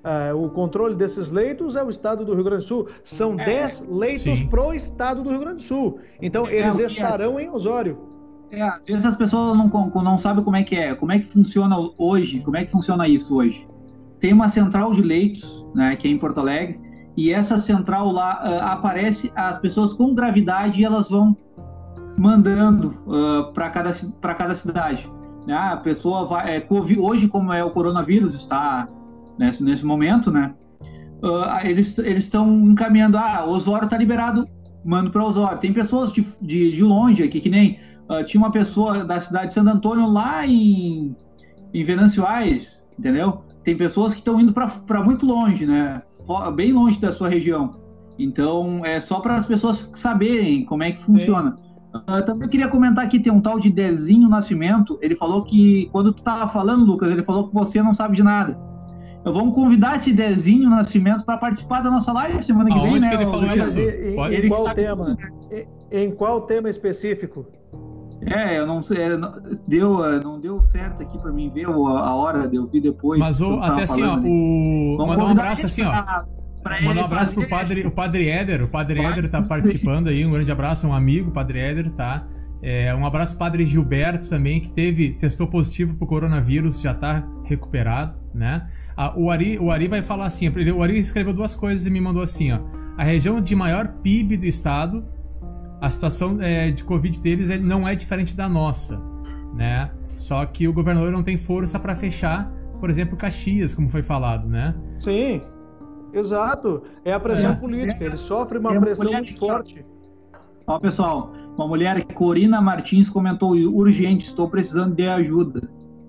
Uh, o controle desses leitos é o estado do Rio Grande do Sul. São É, dez leitos sim. pro estado do Rio Grande do Sul. Então, É, eles o que é estarão em Osório. É, às vezes as pessoas não, não sabem como é que é, como é que funciona hoje, como é que funciona isso hoje. Tem uma central de leitos, né, que é em Porto Alegre, e essa central lá uh, aparece as pessoas com gravidade e elas vão mandando uh, para cada, para cada cidade. Né? A pessoa vai, é, hoje, como é o coronavírus, está nesse, nesse momento, né, uh, eles estão encaminhando, ah, Osório está liberado, mando para Osório. Tem pessoas de, de, de longe aqui, que nem uh, tinha uma pessoa da cidade de Santo Antônio lá em, em Venâncio Aires, entendeu? Tem pessoas que estão indo para muito longe, né? Bem longe da sua região. Então, é só para as pessoas saberem como é que funciona. Uh, também queria comentar aqui, tem um tal de Dezinho Nascimento. Ele falou que, quando tu estava falando, Lucas, ele falou que você não sabe de nada. Eu vamos convidar esse Dezinho Nascimento para participar da nossa live semana que Aonde vem, né? que ele falou isso? Em, em, em qual tema? Tudo, né? em, em qual tema específico? É, eu não sei, deu, não deu certo aqui para mim ver a hora, eu vi depois. Mas o, até assim, ó, o... mandar um abraço assim, ó. Mandar um abraço pro padre, o Padre Éder, o Padre Éder tá participando aí, um grande abraço, um amigo, o Padre Éder, tá? É, um abraço pro Padre Gilberto também, que teve, testou positivo pro coronavírus, já tá recuperado, né? Ah, o, Ari, o Ari vai falar assim, o Ari escreveu duas coisas e me mandou assim, ó. A região de maior P I B do estado, a situação é, de Covid deles é, não é diferente da nossa, né? Só que o governador não tem força para fechar, por exemplo, Caxias, como foi falado, né? Sim, exato. É a pressão é, política, é, ele sofre uma é pressão mulher, muito forte. Ó, pessoal, uma mulher, Corina Martins, comentou, urgente, estou precisando de ajuda.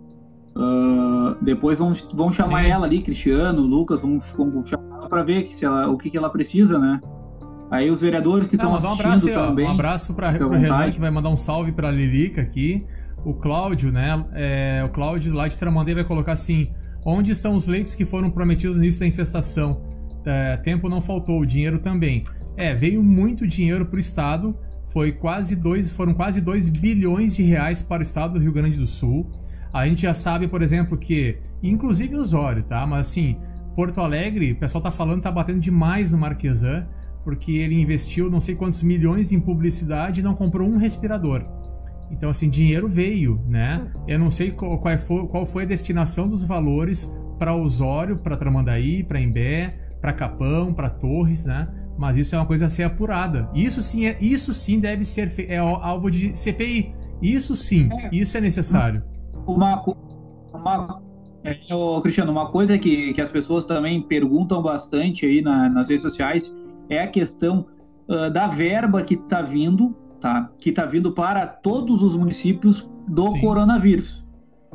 Uh, depois vamos, vamos chamar Sim. ela ali, Cristiano, Lucas, vamos, vamos chamar para ver que se ela, o que, que ela precisa, né? Aí os vereadores que estão assistindo um abraço, também. Um abraço para o Renan, que vai mandar um salve para a Lilica aqui. O Cláudio, né? É, o Cláudio lá de Tramandaí vai colocar assim: onde estão os leitos que foram prometidos no início da infestação? É, tempo não faltou, o dinheiro também. É, veio muito dinheiro para o estado. Foi quase dois, foram quase dois bilhões de reais para o estado do Rio Grande do Sul. A gente já sabe, por exemplo, que, inclusive Osório, tá? Mas assim, Porto Alegre, o pessoal tá falando, tá batendo demais no Marquesan, porque ele investiu não sei quantos milhões em publicidade e não comprou um respirador. Então, assim, dinheiro veio, né? Eu não sei qual, qual, foi, qual foi a destinação dos valores para Osório, para Tramandaí, para Imbé, para Capão, para Torres, né? Mas isso é uma coisa a ser apurada. Isso sim, é, isso sim deve ser é alvo de C P I. Isso sim, isso é necessário. Uma, uma, é, Cristiano, uma coisa que, que as pessoas também perguntam bastante aí na, nas redes sociais é a questão uh, da verba que está vindo, tá? Que está vindo para todos os municípios do Sim. coronavírus.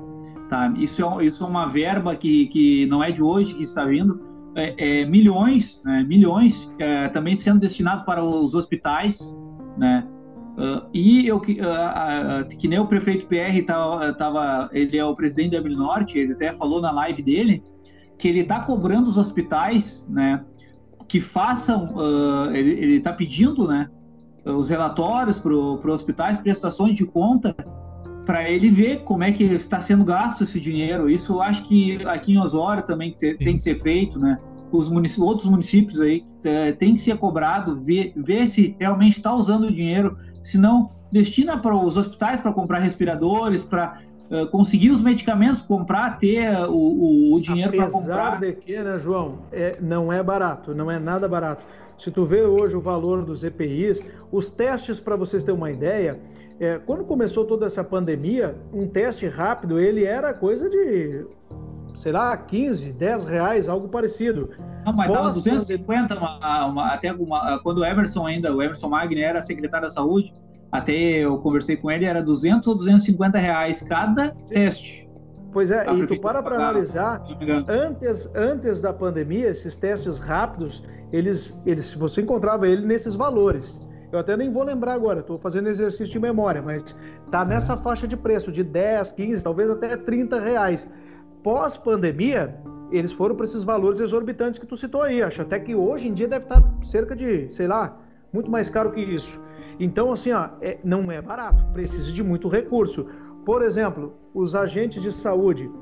Tá? Isso, é, isso é uma verba que, que não é de hoje que está vindo, é, é milhões, né? milhões é, também sendo destinados para os hospitais, né? Uh, e eu que, uh, uh, que nem o prefeito P R tava, tava, ele é o presidente da Abri Norte, ele até falou na live dele que ele está cobrando os hospitais, né, que façam, uh, ele está pedindo, né, os relatórios para os hospitais, prestações de conta, para ele ver como é que está sendo gasto esse dinheiro. Isso eu acho que aqui em Osório também tem, tem que ser feito, né? Os munic- outros municípios aí uh, tem que ser cobrado, ver, ver se realmente está usando o dinheiro. Se não, destina para os hospitais para comprar respiradores, para uh, conseguir os medicamentos, comprar, ter uh, o, o dinheiro para comprar. Apesar de que, né, João, é, não é barato, não é nada barato. Se tu vê hoje o valor dos E P Is, os testes, para vocês terem uma ideia, é, quando começou toda essa pandemia, um teste rápido, ele era coisa de, sei lá, quinze, dez reais, algo parecido. Não, mas estava duzentos e cinquenta, uma, uma, até uma, quando o Emerson ainda, o Emerson Magni era secretário da saúde, até eu conversei com ele, era duzentos ou duzentos e cinquenta reais cada Sim. teste. Pois é, e tu para para analisar, antes, antes da pandemia, esses testes rápidos, eles, eles, você encontrava ele nesses valores. Eu até nem vou lembrar agora, estou fazendo exercício de memória, mas tá nessa faixa de preço, de dez, quinze, talvez até trinta reais. Pós-pandemia, eles foram para esses valores exorbitantes que tu citou aí. Acho até que hoje em dia deve estar cerca de, sei lá, muito mais caro que isso. Então, assim, ó, é, não é barato, precisa de muito recurso. Por exemplo, os agentes de saúde,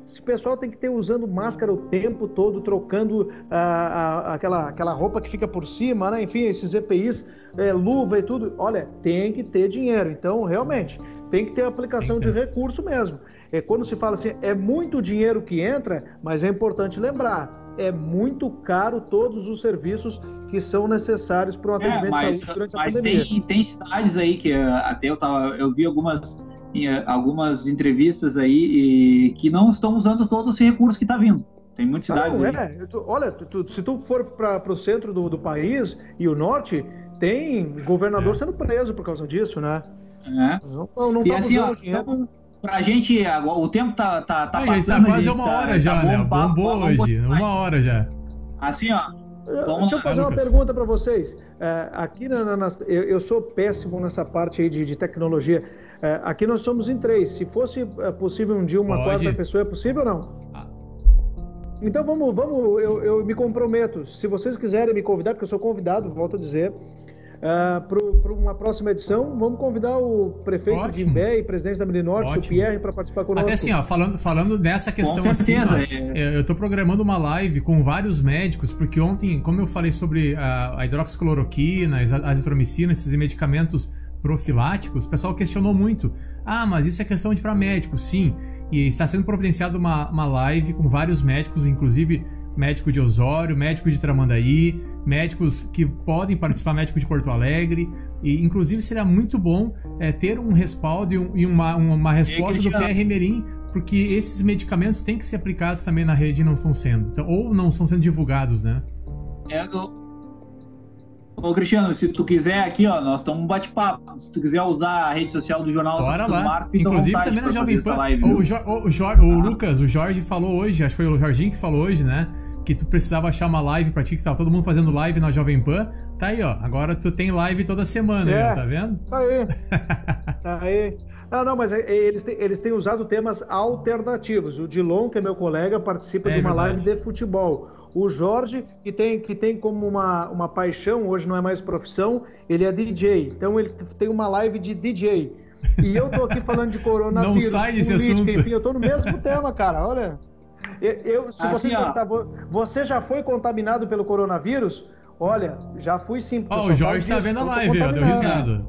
esse pessoal tem que ter usando máscara o tempo todo, trocando ah, ah, aquela, aquela roupa que fica por cima, né? Enfim, esses E P Is, é, luva e tudo. Olha, tem que ter dinheiro. Então, realmente, tem que ter aplicação de recurso mesmo. É, quando se fala assim, é muito dinheiro que entra, mas é importante lembrar, é muito caro todos os serviços que são necessários para o atendimento é, mas, de saúde durante mas a pandemia. Tem, tem cidades aí que até eu, tava, eu vi algumas, algumas entrevistas aí e, que não estão usando todo esse recurso que está vindo. Tem muitas cidades ah, não, aí. É. Tu, olha, tu, tu, se tu for para o centro do, do país e o norte, tem governador é. sendo preso por causa disso, né? É. Não, não, não e assim, ó, então, pra gente, agora, o tempo tá, tá, tá Ai, passando. Tá quase uma tá, hora já, tá né? Bom, Bombou bom, hoje, bom, uma hora já. Assim, ó. Vamos Deixa eu fazer lá, uma Lucas. pergunta para vocês. É, aqui na, na, eu, eu sou péssimo nessa parte aí de, de tecnologia. É, aqui nós somos em três. Se fosse possível um dia uma Pode. quarta pessoa, é possível ou não? Ah. Então vamos, vamos eu, eu me comprometo. Se vocês quiserem me convidar, porque eu sou convidado, volto a dizer, Uh, para uma próxima edição, vamos convidar o prefeito Ótimo. de Imbé e presidente da Milinorte, Ótimo. o Pierre, para participar conosco. Até assim, ó, falando, falando dessa questão, com certeza, assim, ó, é. eu estou programando uma live com vários médicos, porque ontem, como eu falei sobre a, a hidroxicloroquina, a azitromicina, esses medicamentos profiláticos, o pessoal questionou muito. Ah, mas isso é questão de para médico, sim. E está sendo providenciada uma, uma live com vários médicos, inclusive médico de Osório, médico de Tramandaí, médicos que podem participar, médico de Porto Alegre, e inclusive seria muito bom é, ter um respaldo e, um, e uma, uma resposta do P R Merim, porque esses medicamentos têm que ser aplicados também na rede e não estão sendo, então, ou não estão sendo divulgados, né? É, eu... Ô Cristiano, se tu quiser aqui, ó, nós estamos um bate-papo. Se tu quiser usar a rede social do Jornal Bora do lá. Mar, fica inclusive à também na Jovem Pan. Live, o, jo o, jo o ah. Lucas, o Jorge falou hoje, acho que foi o Jorginho que falou hoje, né? Que tu precisava achar uma live pra ti, que tava todo mundo fazendo live na Jovem Pan. Tá aí, ó. Agora tu tem live toda semana, é, já, tá vendo? Tá aí. Tá aí. Não, não, mas eles têm, eles têm usado temas alternativos. O Dilon, que é meu colega, participa é, de uma verdade. live de futebol. O Jorge, que tem, que tem como uma, uma paixão, hoje não é mais profissão, ele é D J. Então ele tem uma live de D J. E eu tô aqui falando de coronavírus, não sai desse política, assunto. Enfim, eu tô no mesmo tema, cara. Olha... Eu, eu, se assim, você, contar, você já foi contaminado pelo coronavírus? Olha, já fui sim. Ó, oh, o Jorge tá vendo a live, ó, deu risada.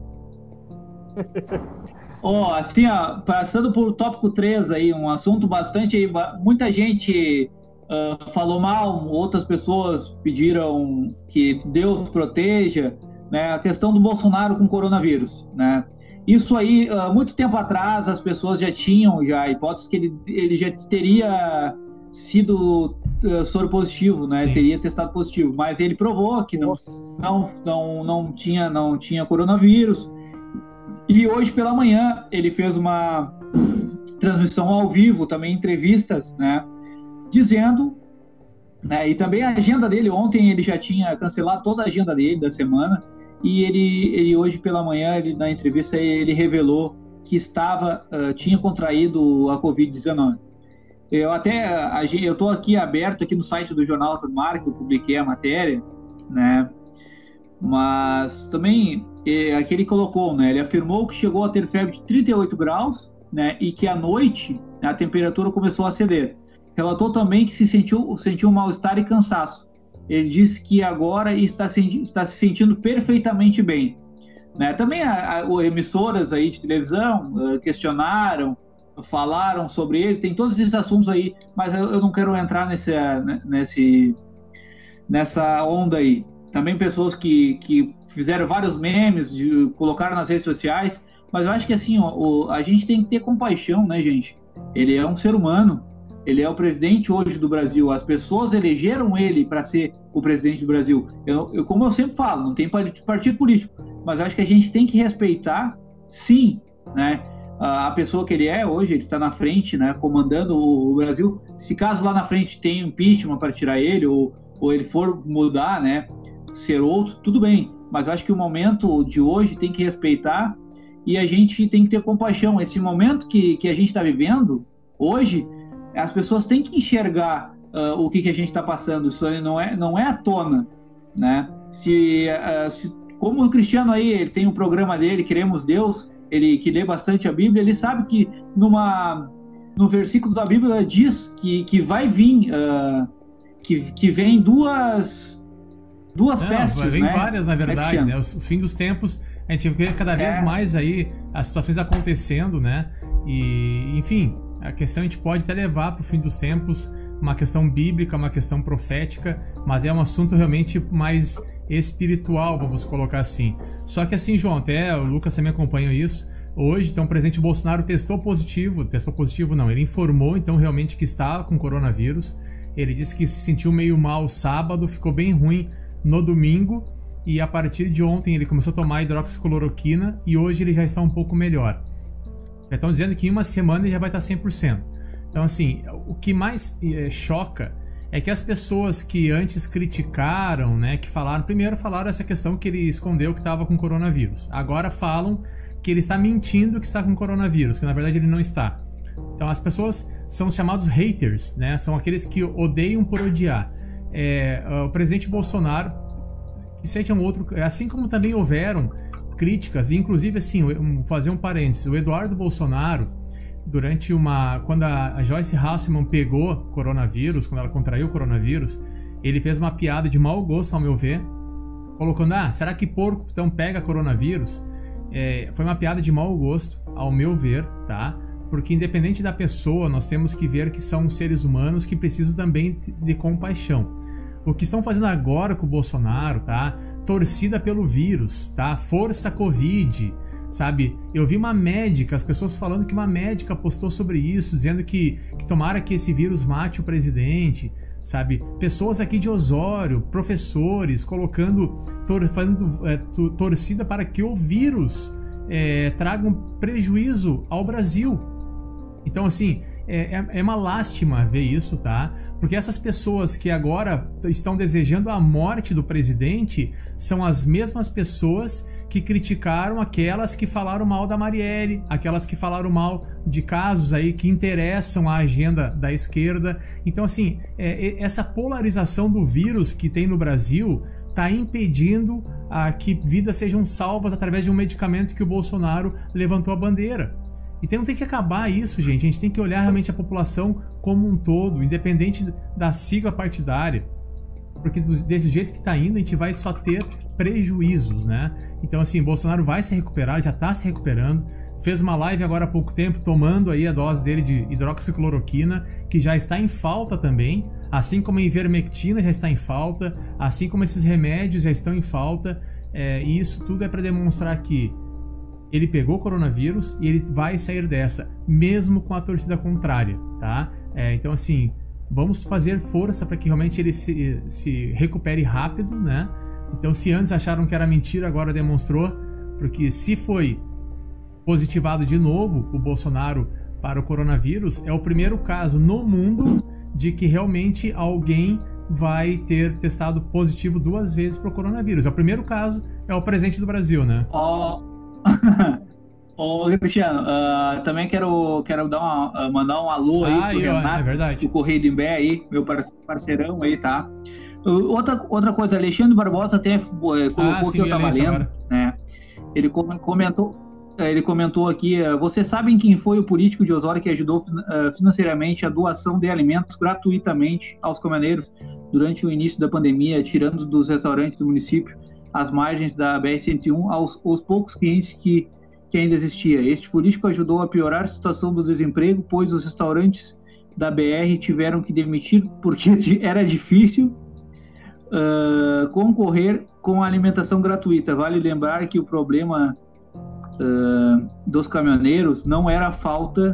Ó, oh, assim, ó, passando por tópico três aí, um assunto bastante... Muita gente uh, falou mal, outras pessoas pediram que Deus proteja, né? A questão do Bolsonaro com coronavírus, né? Isso aí, uh, muito tempo atrás, as pessoas já tinham já a hipótese que ele, ele já teria sido uh, soro positivo, né? Sim. Teria testado positivo, mas ele provou que não, não, não, não, tinha, não tinha coronavírus. E hoje pela manhã ele fez uma transmissão ao vivo, também entrevistas, né? Dizendo, né? E também a agenda dele, ontem ele já tinha cancelado toda a agenda dele da semana. E ele, ele hoje pela manhã, ele, na entrevista, ele revelou que estava, uh, tinha contraído a covid dezenove. Eu até, a, eu estou aqui aberto aqui no site do Jornal do Mar, que eu publiquei a matéria, né? Mas também, é, aqui ele colocou, né? Ele afirmou que chegou a ter febre de trinta e oito graus, né? E que à noite a temperatura começou a ceder. Relatou também que se sentiu, sentiu um mal-estar e cansaço. Ele disse que agora está se, está se sentindo perfeitamente bem, né? Também a, a, emissoras aí de televisão uh, questionaram, falaram sobre ele, tem todos esses assuntos aí, mas eu, eu não quero entrar nesse, nesse, nessa onda aí. Também pessoas que, que fizeram vários memes, de, colocaram nas redes sociais, mas eu acho que assim, ó, o, a gente tem que ter compaixão, né, gente? Ele é um ser humano. Ele é o presidente hoje do Brasil. As pessoas elegeram ele para ser o presidente do Brasil. Eu, eu, como eu sempre falo, não tem partido político, mas eu acho que a gente tem que respeitar, sim, né, a pessoa que ele é hoje. Ele está na frente, né, comandando o, o Brasil. Se caso lá na frente tem impeachment para tirar ele, ou, ou ele for mudar, né, ser outro, tudo bem. Mas eu acho que o momento de hoje tem que respeitar e a gente tem que ter compaixão. Esse momento que, que a gente está vivendo hoje, as pessoas têm que enxergar uh, o que, que a gente está passando. Isso não é, não é à tona, né? Se, uh, se, como o Cristiano aí, ele tem um programa dele, Queremos Deus, ele que lê bastante a Bíblia, ele sabe que numa, no versículo da Bíblia diz que, que vai vir, uh, que, que vem duas, duas Não, pestes, vem né? várias, na verdade, é né? O fim dos tempos, a gente vê cada vez é. mais aí as situações acontecendo, né? E, enfim, a questão a gente pode até levar para o fim dos tempos, uma questão bíblica, uma questão profética, mas é um assunto realmente mais espiritual, vamos colocar assim. Só que assim, João, até o Lucas também acompanha isso. Hoje, então, o presidente Bolsonaro testou positivo, testou positivo não, ele informou então realmente que estava com coronavírus. Ele disse que se sentiu meio mal sábado, ficou bem ruim no domingo, e a partir de ontem ele começou a tomar hidroxicloroquina e hoje ele já está um pouco melhor. Já estão dizendo que em uma semana ele já vai estar cem por cento. Então, assim, o que mais é, choca é que as pessoas que antes criticaram, né, que falaram, primeiro falaram essa questão que ele escondeu que estava com coronavírus. Agora falam que ele está mentindo que está com coronavírus, que na verdade ele não está. Então as pessoas são chamados haters, né, são aqueles que odeiam por odiar. É, o presidente Bolsonaro, que seja um outro, assim como também houveram críticas, e inclusive assim, fazer um parênteses, o Eduardo Bolsonaro, durante uma... Quando a Joyce Hasselman pegou coronavírus, quando ela contraiu o coronavírus, ele fez uma piada de mau gosto, ao meu ver, colocando, ah, será que porco então pega coronavírus? É, foi uma piada de mau gosto, ao meu ver, tá? Porque independente da pessoa, nós temos que ver que são seres humanos que precisam também de compaixão. O que estão fazendo agora com o Bolsonaro, tá? Torcida pelo vírus, tá? Força Covid, sabe? Eu vi uma médica, as pessoas falando que uma médica postou sobre isso, dizendo que, que tomara que esse vírus mate o presidente, sabe? Pessoas aqui de Osório, professores, colocando, tor fazendo é, torcida para que o vírus é, traga um prejuízo ao Brasil. Então, assim, é, é uma lástima ver isso, tá? Porque essas pessoas que agora estão desejando a morte do presidente são as mesmas pessoas que criticaram aquelas que falaram mal da Marielle, aquelas que falaram mal de casos aí que interessam a agenda da esquerda. Então, assim, é, essa polarização do vírus que tem no Brasil está impedindo a que vidas sejam salvas através de um medicamento que o Bolsonaro levantou a bandeira. Então tem que acabar isso, gente. A gente tem que olhar realmente a população como um todo, independente da sigla partidária. Porque desse jeito que está indo, a gente vai só ter prejuízos, né? Então, assim, Bolsonaro vai se recuperar, já está se recuperando. Fez uma live agora há pouco tempo, tomando aí a dose dele de hidroxicloroquina, que já está em falta também. Assim como a ivermectina já está em falta, assim como esses remédios já estão em falta. É, e isso tudo é para demonstrar que ele pegou o coronavírus e ele vai sair dessa, mesmo com a torcida contrária, tá? É, então, assim, vamos fazer força para que realmente ele se, se recupere rápido, né? Então, se antes acharam que era mentira, agora demonstrou, porque se foi positivado de novo o Bolsonaro para o coronavírus, é o primeiro caso no mundo de que realmente alguém vai ter testado positivo duas vezes para o coronavírus. É o primeiro caso, é o presidente do Brasil, né? Oh. Ô, Cristiano, uh, também quero, quero dar uma, uh, mandar um alô aí ah, pro eu, Renato, é verdade. do Correio do Imbé aí, meu parceirão aí, tá? Uh, outra, outra coisa, Alexandre Barbosa até uh, colocou ah, sim, que eu tava lendo, né? Ele comentou, ele comentou aqui, uh, vocês sabem quem foi o político de Osório que ajudou uh, financeiramente a doação de alimentos gratuitamente aos caminhoneiros durante o início da pandemia, tirando dos restaurantes do município às margens da B R cento e um aos, aos poucos clientes que, que ainda existia. Este político ajudou a piorar a situação do desemprego, pois os restaurantes da B R tiveram que demitir porque era difícil uh, concorrer com a alimentação gratuita. Vale lembrar que o problema uh, dos caminhoneiros não era a falta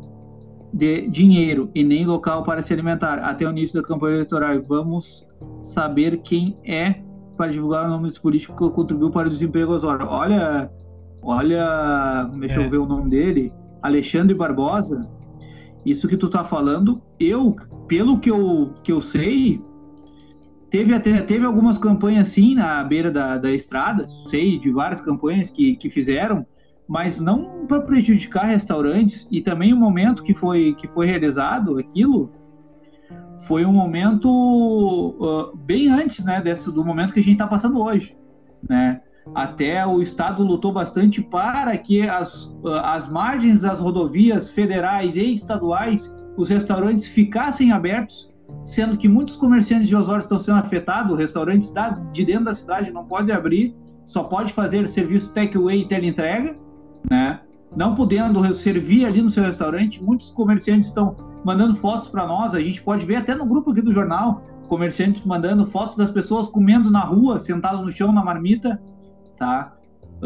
de dinheiro e nem local para se alimentar. Até o início da campanha eleitoral, vamos saber quem é para divulgar o nome desse político que contribuiu para o desemprego Osório. Olha, olha, deixa é. eu ver o nome dele, Alexandre Barbosa. Isso que tu tá falando, eu, pelo que eu, que eu sei, teve, até, teve algumas campanhas assim na beira da, da estrada, sei de várias campanhas que, que fizeram, mas não para prejudicar restaurantes, e também o momento que foi, que foi realizado aquilo, foi um momento uh, bem antes, né, desse, do momento que a gente está passando hoje, né? Até o Estado lutou bastante para que as, as margens das rodovias federais e estaduais, os restaurantes ficassem abertos, sendo que muitos comerciantes de Osório estão sendo afetados, restaurantes da, de dentro da cidade não podem abrir, só pode fazer serviço takeaway e teleentrega, né? Não podendo servir ali no seu restaurante, muitos comerciantes estão mandando fotos para nós, a gente pode ver até no grupo aqui do jornal, comerciantes mandando fotos das pessoas comendo na rua, sentados no chão, na marmita, tá?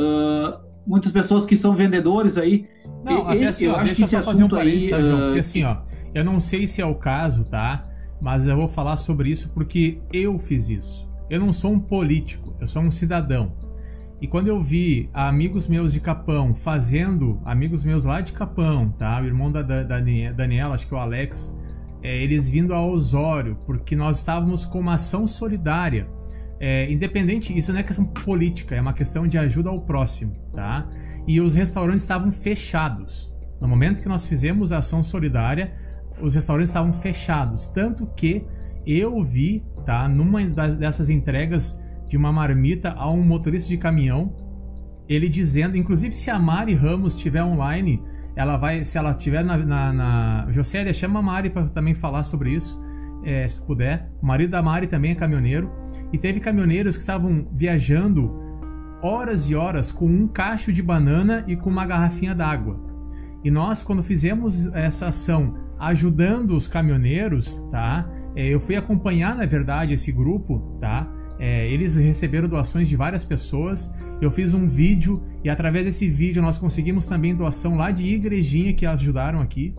Uh, muitas pessoas que são vendedores aí. Não, e, até assim, ó, deixa eu só fazer um parênteses, tá, João? Porque assim, ó, eu não sei se é o caso, tá? Mas eu vou falar sobre isso porque eu fiz isso. Eu não sou um político, eu sou um cidadão. E quando eu vi amigos meus de Capão fazendo, amigos meus lá de Capão, tá? O irmão da, da, da Daniela, acho que o Alex, é, eles vindo a Osório, porque nós estávamos com uma ação solidária. É, independente, isso não é questão política, é uma questão de ajuda ao próximo, tá? E os restaurantes estavam fechados. No momento que nós fizemos a ação solidária, os restaurantes estavam fechados. Tanto que eu vi, tá? Numa das, dessas entregas de uma marmita a um motorista de caminhão, ele dizendo, inclusive se a Mari Ramos estiver online, ela vai, se ela estiver na, na, na... Jocélia, chama a Mari para também falar sobre isso, é, se puder. O marido da Mari também é caminhoneiro, e teve caminhoneiros que estavam viajando horas e horas com um cacho de banana e com uma garrafinha d'água. E nós, quando fizemos essa ação ajudando os caminhoneiros, tá? É, eu fui acompanhar, na verdade, esse grupo, tá? É, eles receberam doações de várias pessoas. Eu fiz um vídeo e através desse vídeo nós conseguimos também doação lá de Igrejinha, que ajudaram aqui.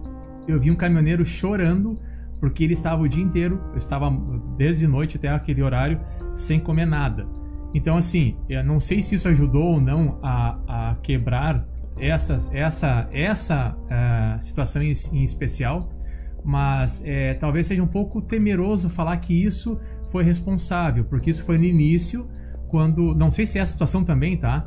Eu vi um caminhoneiro chorando porque ele estava o dia inteiro, eu estava desde noite até aquele horário sem comer nada. Então assim, eu não sei se isso ajudou ou não a, a quebrar essas, essa, essa uh, situação em, em especial, mas é, talvez seja um pouco temeroso falar que isso foi responsável, porque isso foi no início, quando, não sei se é a situação também, tá?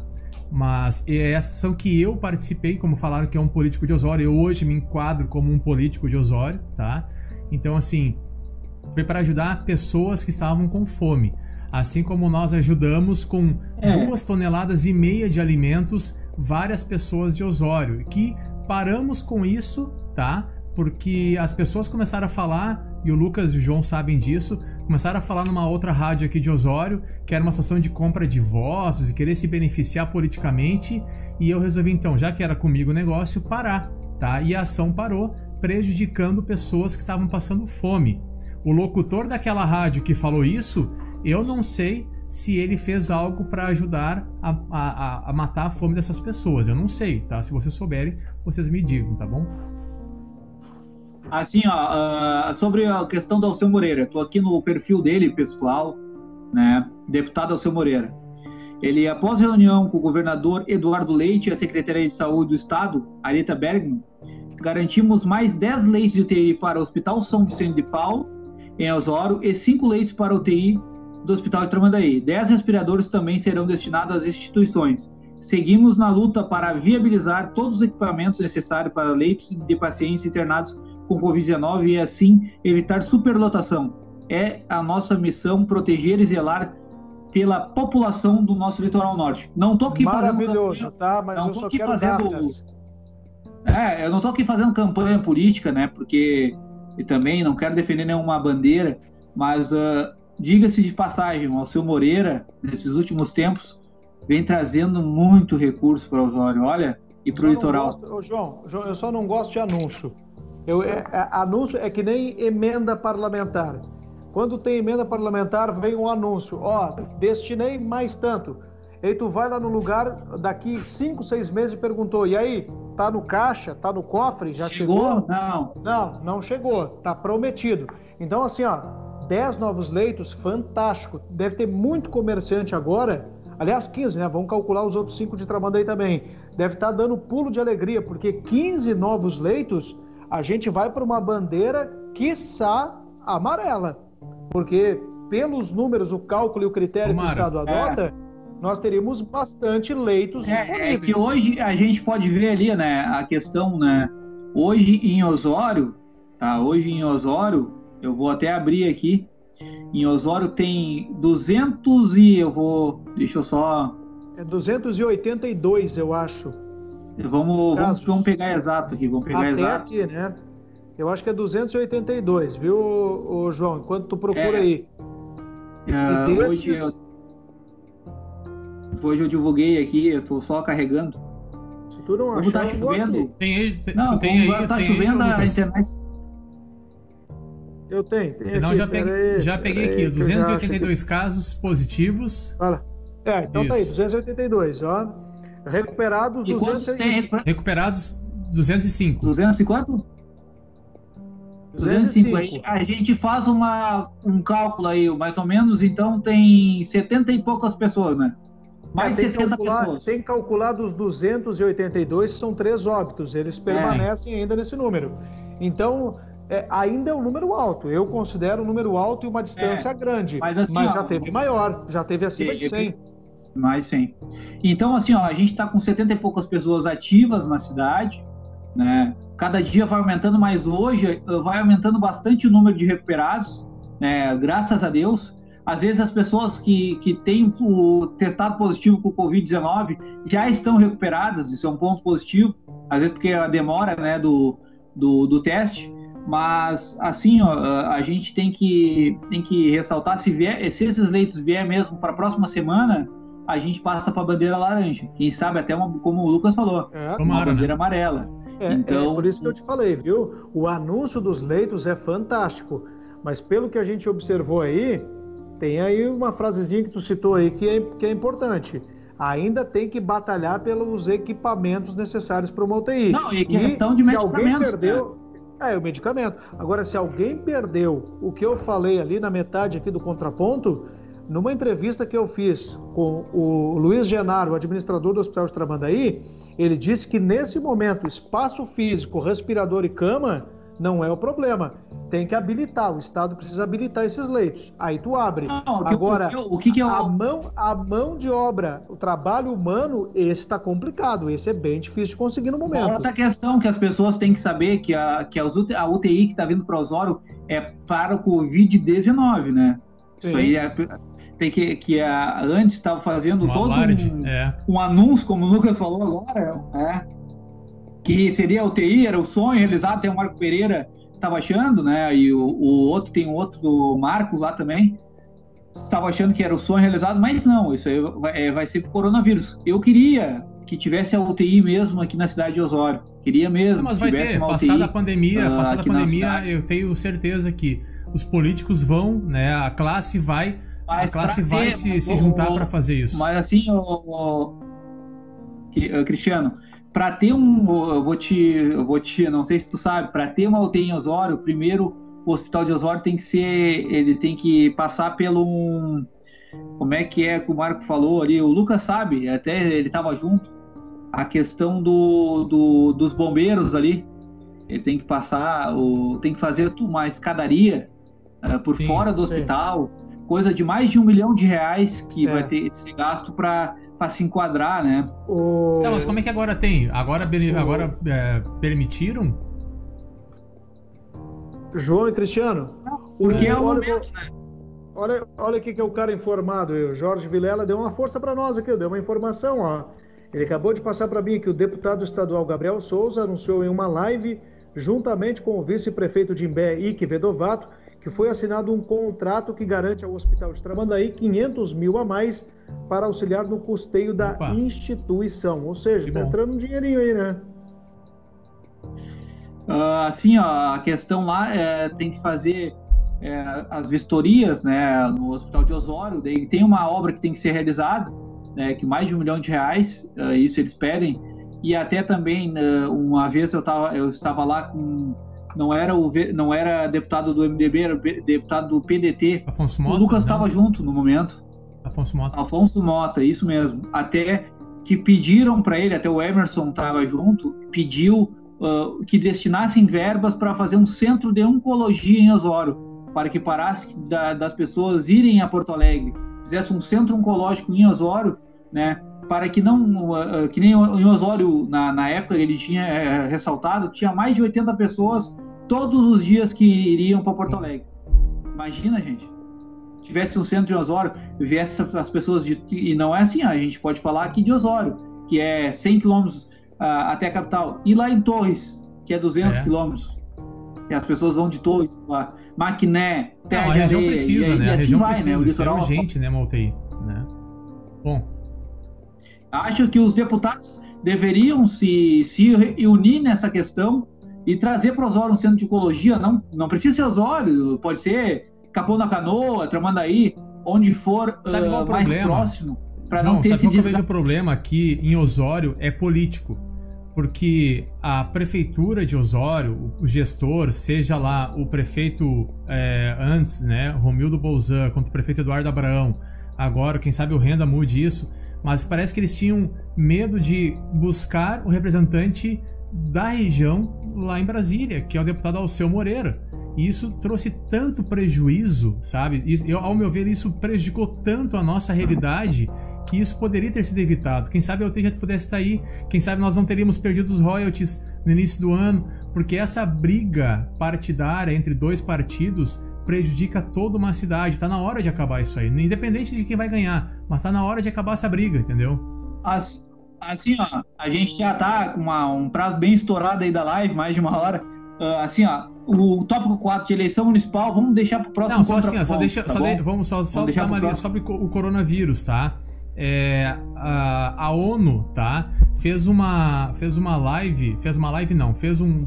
Mas é a situação que eu participei, como falaram que é um político de Osório, eu hoje me enquadro como um político de Osório, tá? Então, assim, foi para ajudar pessoas que estavam com fome, assim como nós ajudamos com é. duas toneladas e meia de alimentos várias pessoas de Osório, que paramos com isso, tá? Porque as pessoas começaram a falar, e o Lucas e o João sabem disso, começaram a falar numa outra rádio aqui de Osório, que era uma situação de compra de votos e querer se beneficiar politicamente, e eu resolvi então, já que era comigo o negócio, parar, tá? E a ação parou, prejudicando pessoas que estavam passando fome. O locutor daquela rádio que falou isso, eu não sei se ele fez algo para ajudar a, a, a matar a fome dessas pessoas, eu não sei, tá? Se vocês souberem, vocês me digam, tá bom? Assim, ó, uh, sobre a questão do Alceu Moreira, estou aqui no perfil dele, pessoal, né, deputado Alceu Moreira. Ele, após reunião com o governador Eduardo Leite e a Secretaria de Saúde do Estado, Arita Bergman, garantimos mais dez leitos de U T I para o Hospital São Vicente de Paulo, em Osório, e cinco leitos para U T I do Hospital de Tramandaí. dez respiradores também serão destinados às instituições. Seguimos na luta para viabilizar todos os equipamentos necessários para leitos de pacientes internados com covid dezenove e assim evitar superlotação. É a nossa missão proteger e zelar pela população do nosso litoral norte. Não tô aqui maravilhoso, fazendo tá? Mas eu só quero fazendo... datas. É, eu não tô aqui fazendo campanha política, né? Porque e também não quero defender nenhuma bandeira, mas uh, diga-se de passagem, o Alceu Moreira, nesses últimos tempos, vem trazendo muito recurso para Osório, olha, e para o litoral. Gosto, ô, João, João, eu só não gosto de anúncio. Eu, é, é, anúncio é que nem emenda parlamentar. Quando tem emenda parlamentar, vem um anúncio. Ó, destinei mais tanto. Aí tu vai lá no lugar, daqui cinco, seis meses e perguntou, e aí, tá no caixa, tá no cofre, já chegou? Chegou? Não. Não, não chegou, tá prometido. Então assim, ó, dez novos leitos, fantástico. Deve ter muito comerciante agora, aliás, quinze, né? Vamos calcular os outros cinco de Tramandaí também. Deve estar dando pulo de alegria, porque quinze novos leitos, a gente vai para uma bandeira, quiçá, amarela. Porque, pelos números, o cálculo e o critério Tomara. que o Estado adota, é. nós teríamos bastante leitos é, disponíveis. É que hoje a gente pode ver ali, né, a questão, né, hoje em Osório, tá, hoje em Osório, eu vou até abrir aqui, em Osório tem duzentos e, eu vou, deixa eu só É duzentos e oitenta e dois, eu acho. Vamos, vamos, vamos pegar exato aqui, vamos pegar Até exato. aqui, né? Eu acho que é duzentos e oitenta e dois, viu, ô, João? Enquanto tu procura É, aí. Uh, E desses... hoje, eu, hoje eu divulguei aqui, eu tô só carregando. Se tu não Como achar, tá eu vou chovendo? aqui. Tem aí, tem, Não, tem como aí, tá tem chovendo aí, a Lucas. internet. Eu tenho, tenho Não, aqui. já peguei, Peraí, já peguei peraí, aqui, que eu já duzentos e acho oitenta e dois aqui. casos positivos. Fala. É, então tá aí, Isso. duzentos e oitenta e dois, ó. Recuperados, E quantos duzentos e... tem recuperados? Recuperados, duzentos e cinco. duzentos e quanto? duzentos e cinco. Aí a gente faz uma, um cálculo aí, mais ou menos, então tem setenta e poucas pessoas, né? Mais de É, tem setenta calcular, pessoas. Tem calculado os duzentos e oitenta e dois, que são três óbitos. Eles permanecem ainda nesse número. Então, é, ainda é um número alto. Eu considero um número alto e uma distância É, grande. mas assim, mas ó, já teve maior, já teve acima de teve. cem. Mais cem. Então, assim, ó, a gente está com setenta e poucas pessoas ativas na cidade, né? Cada dia vai aumentando, mas hoje vai aumentando bastante o número de recuperados, né? Graças a Deus. Às vezes as pessoas que, que têm o testado positivo com o covid dezenove já estão recuperadas, isso é um ponto positivo, às vezes porque a demora, né, do, do, do teste, mas assim, ó, a gente tem que, tem que ressaltar, se, vier, se esses leitos vier mesmo para a próxima semana, a gente passa para a bandeira laranja, quem sabe até, uma, como o Lucas falou, É. uma Tomara, bandeira né? amarela. É, Então, é por isso que eu te falei, viu? O anúncio dos leitos é fantástico, mas pelo que a gente observou aí, tem aí uma frasezinha que tu citou aí que é, que é importante. Ainda tem que batalhar pelos equipamentos necessários para uma U T I. Não, e questão de se medicamentos, alguém perdeu, né? É, o medicamento. Agora, se alguém perdeu o que eu falei ali na metade aqui do contraponto, numa entrevista que eu fiz com o Luiz Genaro, o administrador do Hospital de Tramandaí, ele disse que nesse momento espaço físico, respirador e cama não é o problema. Tem que habilitar, o Estado precisa habilitar esses leitos. Aí tu abre. Não, Agora, o que que eu... a, mão, a mão de obra, o trabalho humano, esse está complicado. Esse é bem difícil de conseguir no momento. Outra questão que as pessoas têm que saber que a, que a U T I que está vindo para Osório é para o covid dezenove, né? Sim. Isso aí é, tem que, que a, antes estava fazendo um todo um, é. um anúncio, como o Lucas falou agora, é, que seria a U T I, era o sonho realizado, até o Marco Pereira estava achando, né? E o, o outro, tem um outro do Marcos lá também, estava achando que era o sonho realizado, mas não, isso aí vai, vai ser pro coronavírus. Eu queria que tivesse a U T I mesmo aqui na cidade de Osório. Queria mesmo. Não, mas que vai tivesse ter, uma passada U T I, a pandemia, uh, passada a pandemia, eu tenho certeza que os políticos vão, né? A classe vai, mas a classe vai ter, se, se o, juntar para fazer isso. Mas assim, o, o, o Cristiano, para ter um, eu vou te, eu vou te, não sei se tu sabe, para ter uma U T I em Osório, primeiro o Hospital de Osório tem que ser, ele tem que passar pelo um, como é que é que o Marco falou ali, o Lucas sabe, até ele estava junto, a questão do, do, dos bombeiros ali, ele tem que passar, o, tem que fazer uma escadaria uh, por sim, fora do hospital, sim. Coisa de mais de um milhão de reais que é. vai ter esse gasto para para se enquadrar, né? O... Não, mas como é que agora tem? Agora, o... agora é, permitiram? João e Cristiano? Porque é o olha, momento, né? Olha, olha aqui que é o cara informado. O Jorge Vilela deu uma força para nós aqui, deu uma informação, ó. Ele acabou de passar para mim que o deputado estadual Gabriel Souza anunciou em uma live, juntamente com o vice-prefeito de Imbé, Ike Vedovato, que foi assinado um contrato que garante ao Hospital de Tramandaí quinhentos mil a mais para auxiliar no custeio da Opa. instituição. Ou seja, está entrando um dinheirinho aí, né? Uh, assim, ó, a questão lá é, tem que fazer é, as vistorias, né, no Hospital de Osório. Daí tem uma obra que tem que ser realizada, né, que mais de um milhão de reais, uh, isso eles pedem. E até também, uh, uma vez eu, tava, eu estava lá com... Não era, o, não era deputado do M D B, era deputado do P D T. Afonso Mota, o Lucas estava junto no momento. Afonso Mota. Afonso Mota, isso mesmo. Até que pediram para ele, até o Emerson estava junto, pediu uh, que destinassem verbas para fazer um centro de oncologia em Osório, para que parasse da, das pessoas irem a Porto Alegre, fizesse um centro oncológico em Osório, né? Para que não, uh, que nem em Osório, na, na época ele tinha uh, ressaltado, tinha mais de oitenta pessoas todos os dias que iriam para Porto Alegre. Imagina, gente. tivesse um centro de Osório, viesse as pessoas de... E não é assim, a gente pode falar aqui de Osório, que é cem quilômetros uh, até a capital. E lá em Torres, que é duzentos quilômetros. E as pessoas vão de Torres lá, Maquiné, Terra não, a de região Areia, precisa, e, né? e A assim região vai, precisa, né? O isso é litoral... urgente, né, uma U T I, né? Bom... Acho que os deputados deveriam se, se reunir nessa questão e trazer para Osório um centro de oncologia. Não, não precisa ser Osório, pode ser Capão da Canoa, Tramandaí, onde for Sabe qual uh, o mais problema? próximo, para João, não ter sabe esse qual que eu desgaste. vejo o problema aqui em Osório é político. Porque a prefeitura de Osório, o gestor, seja lá o prefeito é, antes, né, Romildo Bolzan, quanto o prefeito Eduardo Abraão, agora, quem sabe o Renda mude isso, mas parece que eles tinham medo de buscar o representante da região lá em Brasília, que é o deputado Alceu Moreira. E isso trouxe tanto prejuízo, sabe? Isso, eu, ao meu ver, isso prejudicou tanto a nossa realidade que isso poderia ter sido evitado. Quem sabe a U T I já pudesse estar aí, quem sabe nós não teríamos perdido os royalties no início do ano, porque essa briga partidária entre dois partidos prejudica toda uma cidade. Está na hora de acabar isso aí, independente de quem vai ganhar, mas está na hora de acabar essa briga, entendeu? Assim, assim ó, a gente já tá com uma, um prazo bem estourado aí da live, mais de uma hora. Uh, assim, ó, o tópico quatro de eleição municipal, vamos deixar para o próximo. Não, só assim, ó, só deixa, tá só de, vamos só, só vamos dar uma linha sobre o coronavírus, tá? É, a, a ONU, tá? Fez uma, fez uma live, fez uma live não, fez um,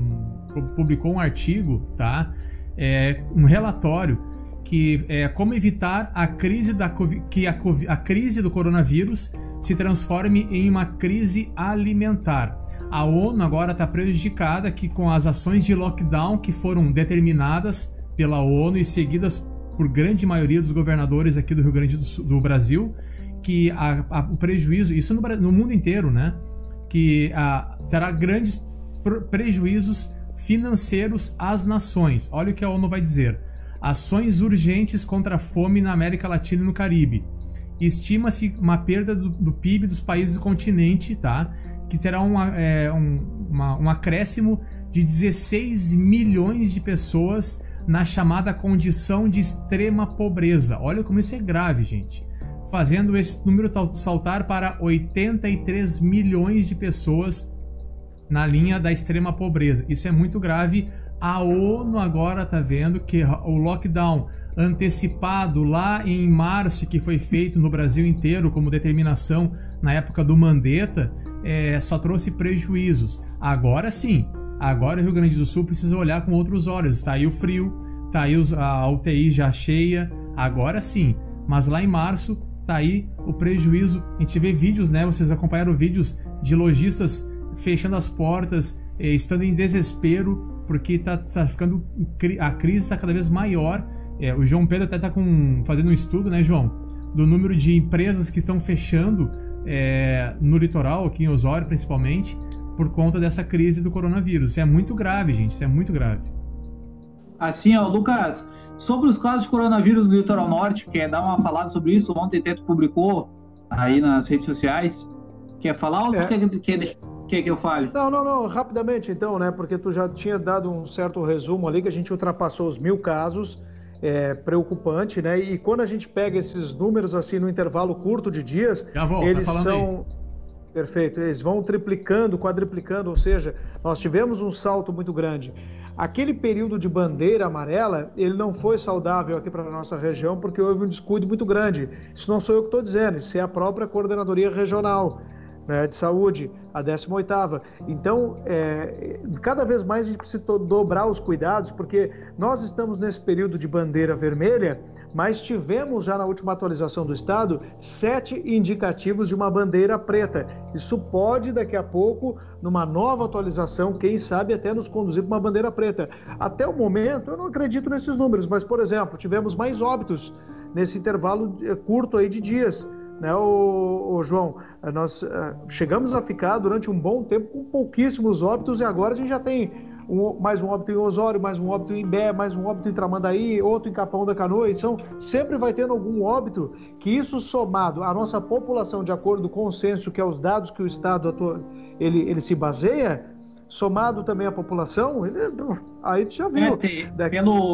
um publicou um artigo, tá? É, um relatório que é como evitar a crise da que a, a crise do coronavírus se transforme em uma crise alimentar. A ONU agora está prejudicada que com as ações de lockdown que foram determinadas pela ONU e seguidas por grande maioria dos governadores aqui do Rio Grande do, Sul, do Brasil, que a, a, o prejuízo, isso no, no mundo inteiro, né? Que a, terá grandes prejuízos financeiros às nações. Olha o que a ONU vai dizer. Ações urgentes contra a fome na América Latina e no Caribe. Estima-se uma perda do, do P I B dos países do continente, tá? Que terá um, é, um, uma, um acréscimo de dezesseis milhões de pessoas na chamada condição de extrema pobreza. Olha como isso é grave, gente. Fazendo esse número saltar para oitenta e três milhões de pessoas na linha da extrema pobreza. Isso é muito grave. A ONU agora está vendo que o lockdown antecipado lá em março, que foi feito no Brasil inteiro como determinação na época do Mandetta, é, só trouxe prejuízos. Agora sim, agora o Rio Grande do Sul precisa olhar com outros olhos. Está aí o frio, está aí a U T I já cheia, agora sim. Mas lá em março tá aí o prejuízo. A gente vê vídeos, né? Vocês acompanharam vídeos de lojistas fechando as portas, estando em desespero, porque tá, tá ficando, a crise está cada vez maior. É, o João Pedro até está fazendo um estudo, né, João? Do número de empresas que estão fechando é, no litoral, aqui em Osório principalmente, por conta dessa crise do coronavírus. Isso é muito grave, gente. Isso é muito grave. Assim, ó, Lucas, sobre os casos de coronavírus no litoral norte, quer dar uma falada sobre isso? Ontem Teto publicou aí nas redes sociais. Quer falar ou é. quer, quer, quer que eu fale? Não, não, não, rapidamente então, né? Porque tu já tinha dado um certo resumo ali, que a gente ultrapassou os mil casos, é preocupante, né? E quando a gente pega esses números assim no intervalo curto de dias, já vou, eles tá são... Aí. Perfeito, eles vão triplicando, quadriplicando, ou seja, nós tivemos um salto muito grande. Aquele período de bandeira amarela, ele não foi saudável aqui para a nossa região, porque houve um descuido muito grande. Isso não sou eu que estou dizendo, isso é a própria Coordenadoria Regional, né, de Saúde, a décima oitava. Então, é, cada vez mais a gente precisa dobrar os cuidados, porque nós estamos nesse período de bandeira vermelha, mas tivemos já na última atualização do Estado sete indicativos de uma bandeira preta. Isso pode, daqui a pouco, numa nova atualização, quem sabe até nos conduzir para uma bandeira preta. Até o momento, eu não acredito nesses números, mas, por exemplo, tivemos mais óbitos nesse intervalo curto aí de dias. Né, o, o João, nós uh, chegamos a ficar durante um bom tempo com pouquíssimos óbitos e agora a gente já tem um, mais um óbito em Osório, mais um óbito em Imbé, mais um óbito em Tramandaí, outro em Capão da Canoa. Então, sempre vai tendo algum óbito, que isso somado à nossa população, de acordo com o censo, que é os dados que o Estado atua, ele, ele se baseia, somado também à população, ele, aí tu já viu. É, tem, pelo,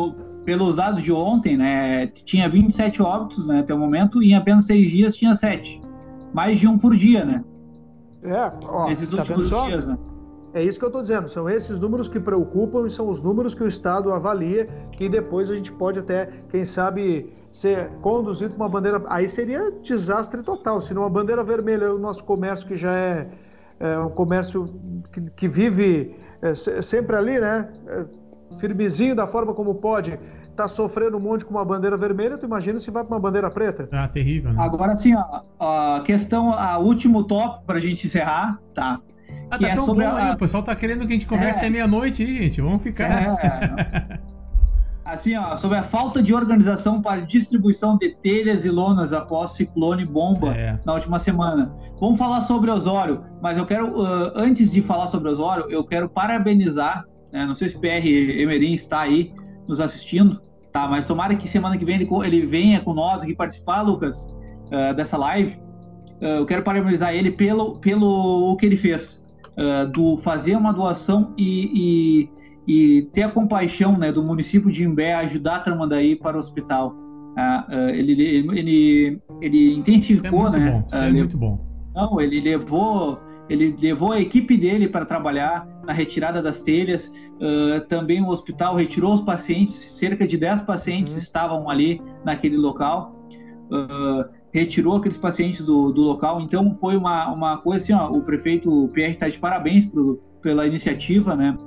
pelos dados de ontem, né, tinha vinte e sete óbitos, né, até o momento, e em apenas seis dias tinha sete. Mais de um por dia, né? É, ó, Nesses tá últimos vendo só? dias, né? É isso que eu estou dizendo, são esses números que preocupam e são os números que o Estado avalia, que depois a gente pode até, quem sabe, ser conduzido com uma bandeira... Aí seria desastre total, se uma bandeira vermelha, o nosso comércio que já é, é um comércio que, que vive é, sempre ali, né, é, firmezinho da forma como pode, tá sofrendo um monte com uma bandeira vermelha, tu imagina se vai para uma bandeira preta? Tá terrível, né? Agora sim, a, a questão, a último tópico para a gente encerrar, tá? Ah, que tá é tão sobre bom a... aí, o pessoal tá querendo que a gente converse É. até meia-noite aí, gente, vamos ficar. É. Assim, ó, sobre a falta de organização para distribuição de telhas e lonas após ciclone bomba É. na última semana. Vamos falar sobre Osório, mas eu quero, uh, antes de falar sobre Osório, eu quero parabenizar, né, não sei se o P R Emerim está aí nos assistindo, tá? Mas tomara que semana que vem ele, ele venha com nós aqui participar, Lucas, uh, dessa live. Uh, eu quero parabenizar ele pelo, pelo o que ele fez, uh, do fazer uma doação e, e, e ter a compaixão, né, do município de Imbé ajudar a Tramandaí para o hospital. Uh, uh, ele, ele, ele, ele intensificou, Isso é muito né? bom, isso uh, é lev... muito bom. Não, ele levou, ele levou a equipe dele para trabalhar na retirada das telhas. Uh, também o hospital retirou os pacientes, cerca de dez pacientes uhum. estavam ali naquele local. Uh, retirou aqueles pacientes do, do local, então foi uma, uma coisa assim, ó, o prefeito P R está de parabéns pro, pela iniciativa, né,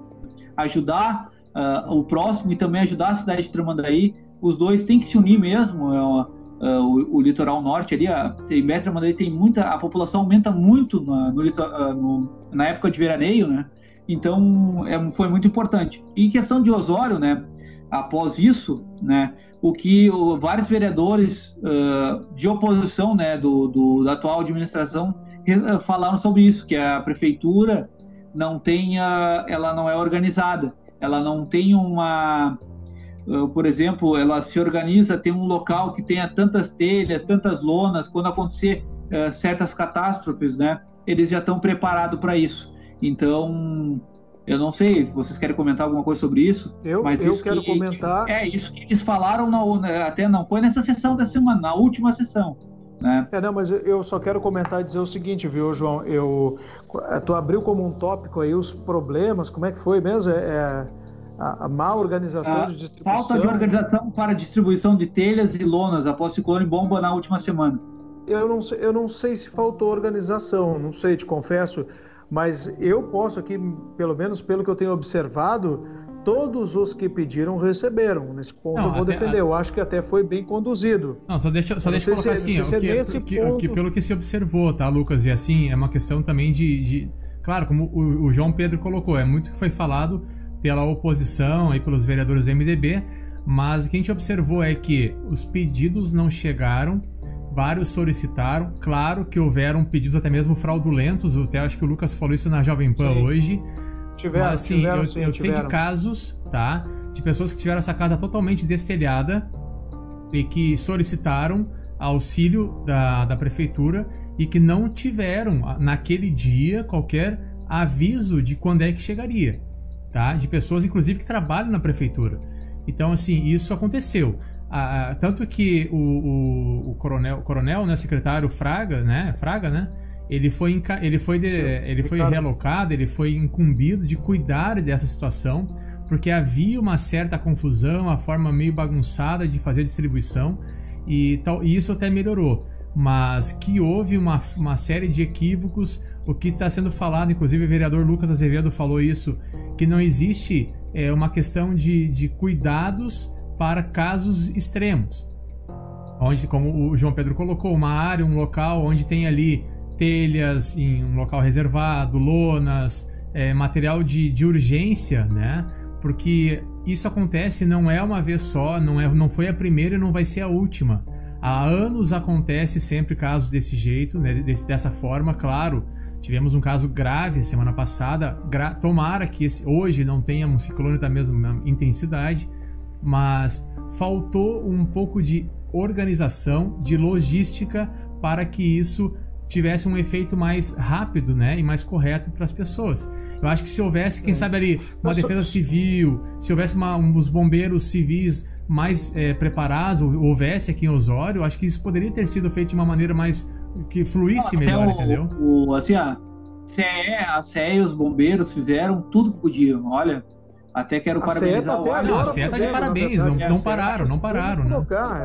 ajudar uh, o próximo e também ajudar a cidade de Tramandaí. Os dois têm que se unir mesmo, uh, uh, o, o litoral norte ali, a Imbé, Tramandaí tem muita, a população aumenta muito na, no, uh, no, na época de veraneio, né, então é, foi muito importante. E em questão de Osório, né, após isso, né, o que o, vários vereadores uh, de oposição, né, do, do, da atual administração uh, falaram sobre isso, que a prefeitura não tem, uh, ela não é organizada, ela não tem uma, uh, por exemplo, ela se organiza, tem um local que tenha tantas telhas, tantas lonas, quando acontecer uh, certas catástrofes, né, eles já estão preparados para isso. Então, eu não sei, vocês querem comentar alguma coisa sobre isso? Eu, mas eu isso quero que, comentar. Que, é isso que eles falaram, na, até não foi nessa sessão da semana, na última sessão, né? É, não, mas eu só quero comentar e dizer o seguinte, viu, João? Eu, tu abriu como um tópico aí os problemas, como é que foi mesmo? É, a, a má organização a de distribuição. Falta de organização para distribuição de telhas e lonas após ciclone bomba na última semana. Eu não sei, eu não sei se faltou organização, não sei, te confesso. Mas eu posso aqui, pelo menos pelo que eu tenho observado, todos os que pediram receberam. Nesse ponto não, eu vou até, defender. A... Eu acho que até foi bem conduzido. Não, só deixa, só deixa eu colocar se, assim, o que, é o que, ponto... o que, pelo que se observou, tá, Lucas? E assim, é uma questão também de... de... Claro, como o, o João Pedro colocou, é muito que foi falado pela oposição e pelos vereadores do M D B, mas o que a gente observou é que os pedidos não chegaram, vários solicitaram, claro que houveram pedidos até mesmo fraudulentos, eu até acho que o Lucas falou isso na Jovem Pan sim. hoje. Tiveram, mas, assim, tiveram, eu, sim, eu tiveram. sei de casos, tá, de pessoas que tiveram essa casa totalmente destelhada e que solicitaram auxílio da, da prefeitura e que não tiveram, naquele dia, qualquer aviso de quando é que chegaria, tá, de pessoas, inclusive, que trabalham na prefeitura. Então, assim, isso aconteceu. Ah, tanto que o, o, o coronel, o coronel, né, secretário Fraga, né, Fraga, né, ele foi, ele foi, de, ele foi relocado, ele foi incumbido de cuidar dessa situação, porque havia uma certa confusão, a forma meio bagunçada de fazer a distribuição, e, tal, e isso até melhorou, mas que houve uma, uma série de equívocos, o que está sendo falado, inclusive o vereador Lucas Azevedo falou isso, que não existe é, uma questão de, de cuidados para casos extremos, onde, como o João Pedro colocou, uma área, um local onde tem ali telhas em um local reservado, lonas, é, material de, de urgência, né? Porque isso acontece, não é uma vez só, não, é, não foi a primeira e não vai ser a última. Há anos acontece sempre casos desse jeito, né? Desse, dessa forma, claro. Tivemos um caso grave semana passada, gra- tomara que esse, hoje não tenha um ciclone da mesma intensidade, mas faltou um pouco de organização, de logística para que isso tivesse um efeito mais rápido, né, e mais correto para as pessoas. Eu acho que se houvesse, quem sabe ali, uma defesa civil, se houvesse uma, um, os bombeiros civis mais é, preparados, ou houvesse aqui em Osório, eu acho que isso poderia ter sido feito de uma maneira mais que fluísse Não, melhor, o, entendeu? O, assim, a C E, a C E e os bombeiros fizeram tudo que podiam. Olha, até quero A parabenizar C E o tá Alisson. Não, a C E tá de parabéns, não, não pararam, não pararam, né?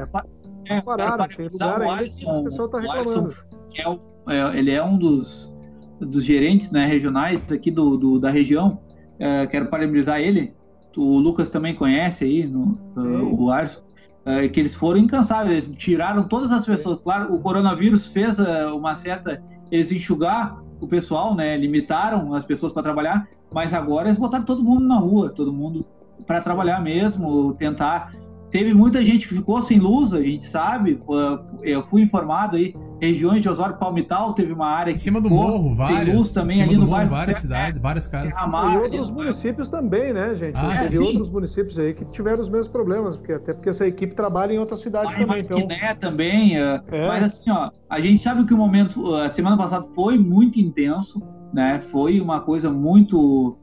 É, pararam, tem lugar ainda que o pessoal tá reclamando. Que é o, é, ele é um dos, dos gerentes, né, regionais aqui do, do, da região. É, quero parabenizar ele. O Lucas também conhece aí, no, uh, o Alisson. Uh, que eles foram incansáveis, eles tiraram todas as pessoas. Claro, o coronavírus fez uh, uma certa... Eles enxugar o pessoal, né? Limitaram as pessoas para trabalhar, mas agora eles botaram todo mundo na rua, todo mundo para trabalhar mesmo, tentar... Teve muita gente que ficou sem luz, a gente sabe, eu fui informado aí, regiões de Osório, Palmital, teve uma área que em cima do ficou morro, várias, sem luz também ali no morro, bairro. Várias cidades, várias casas. E outros municípios também, né, gente? Ah, teve sim. outros municípios aí que tiveram os mesmos problemas, porque, até porque essa equipe trabalha em outras cidades Lá em também. Então... Maquiné também, uh, É. mas assim, ó, a gente sabe que o momento, a semana passada foi muito intenso, né? Foi uma coisa muito...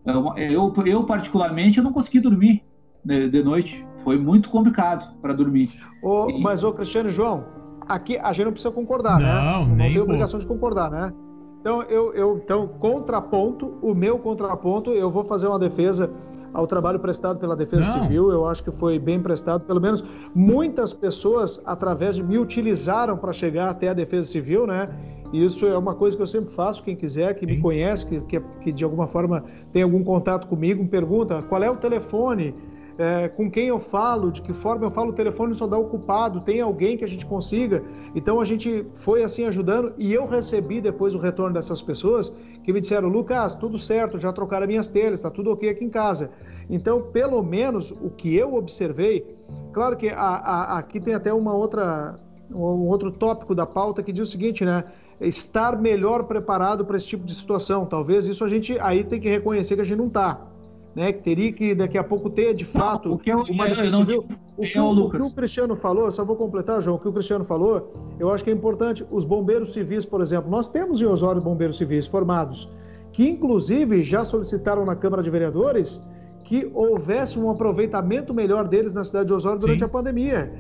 Eu, eu particularmente, eu não consegui dormir de, de noite. Foi muito complicado para dormir. Ô, E- Mas, ô Cristiano e João, aqui a gente não precisa concordar, né? Não, Não nem tem um obrigação de concordar, né? Então, eu, eu, então, contraponto, o meu contraponto, eu vou fazer uma defesa ao trabalho prestado pela Defesa Não. Civil. Eu acho que foi bem prestado. Pelo menos muitas pessoas, através de mim, utilizaram para chegar até a Defesa Civil, né? E isso é uma coisa que eu sempre faço. Quem quiser, que me Sim. conhece, que, que, que de alguma forma tem algum contato comigo, me pergunta qual é o telefone, é, com quem eu falo, de que forma eu falo, o telefone só dá ocupado, tem alguém que a gente consiga. Então a gente foi assim ajudando, e eu recebi depois o retorno dessas pessoas que me disseram: Lucas, tudo certo, já trocaram minhas telhas, está tudo ok aqui em casa. Então, pelo menos o que eu observei, claro que a, a, aqui tem até uma outra, um outro tópico da pauta que diz o seguinte, né? Estar melhor preparado para esse tipo de situação. Talvez isso a gente aí tem que reconhecer que a gente não está. Né, que teria que daqui a pouco ter de fato Não, o que eu- uma eu defesa não civil. digo- O que, eu, o, o Lucas. que o Cristiano falou, eu só vou completar, João, o que o Cristiano falou, eu acho que é importante. Os bombeiros civis, por exemplo, nós temos em Osório bombeiros civis formados, que inclusive já solicitaram na Câmara de Vereadores que houvesse um aproveitamento melhor deles na cidade de Osório durante Sim. a pandemia.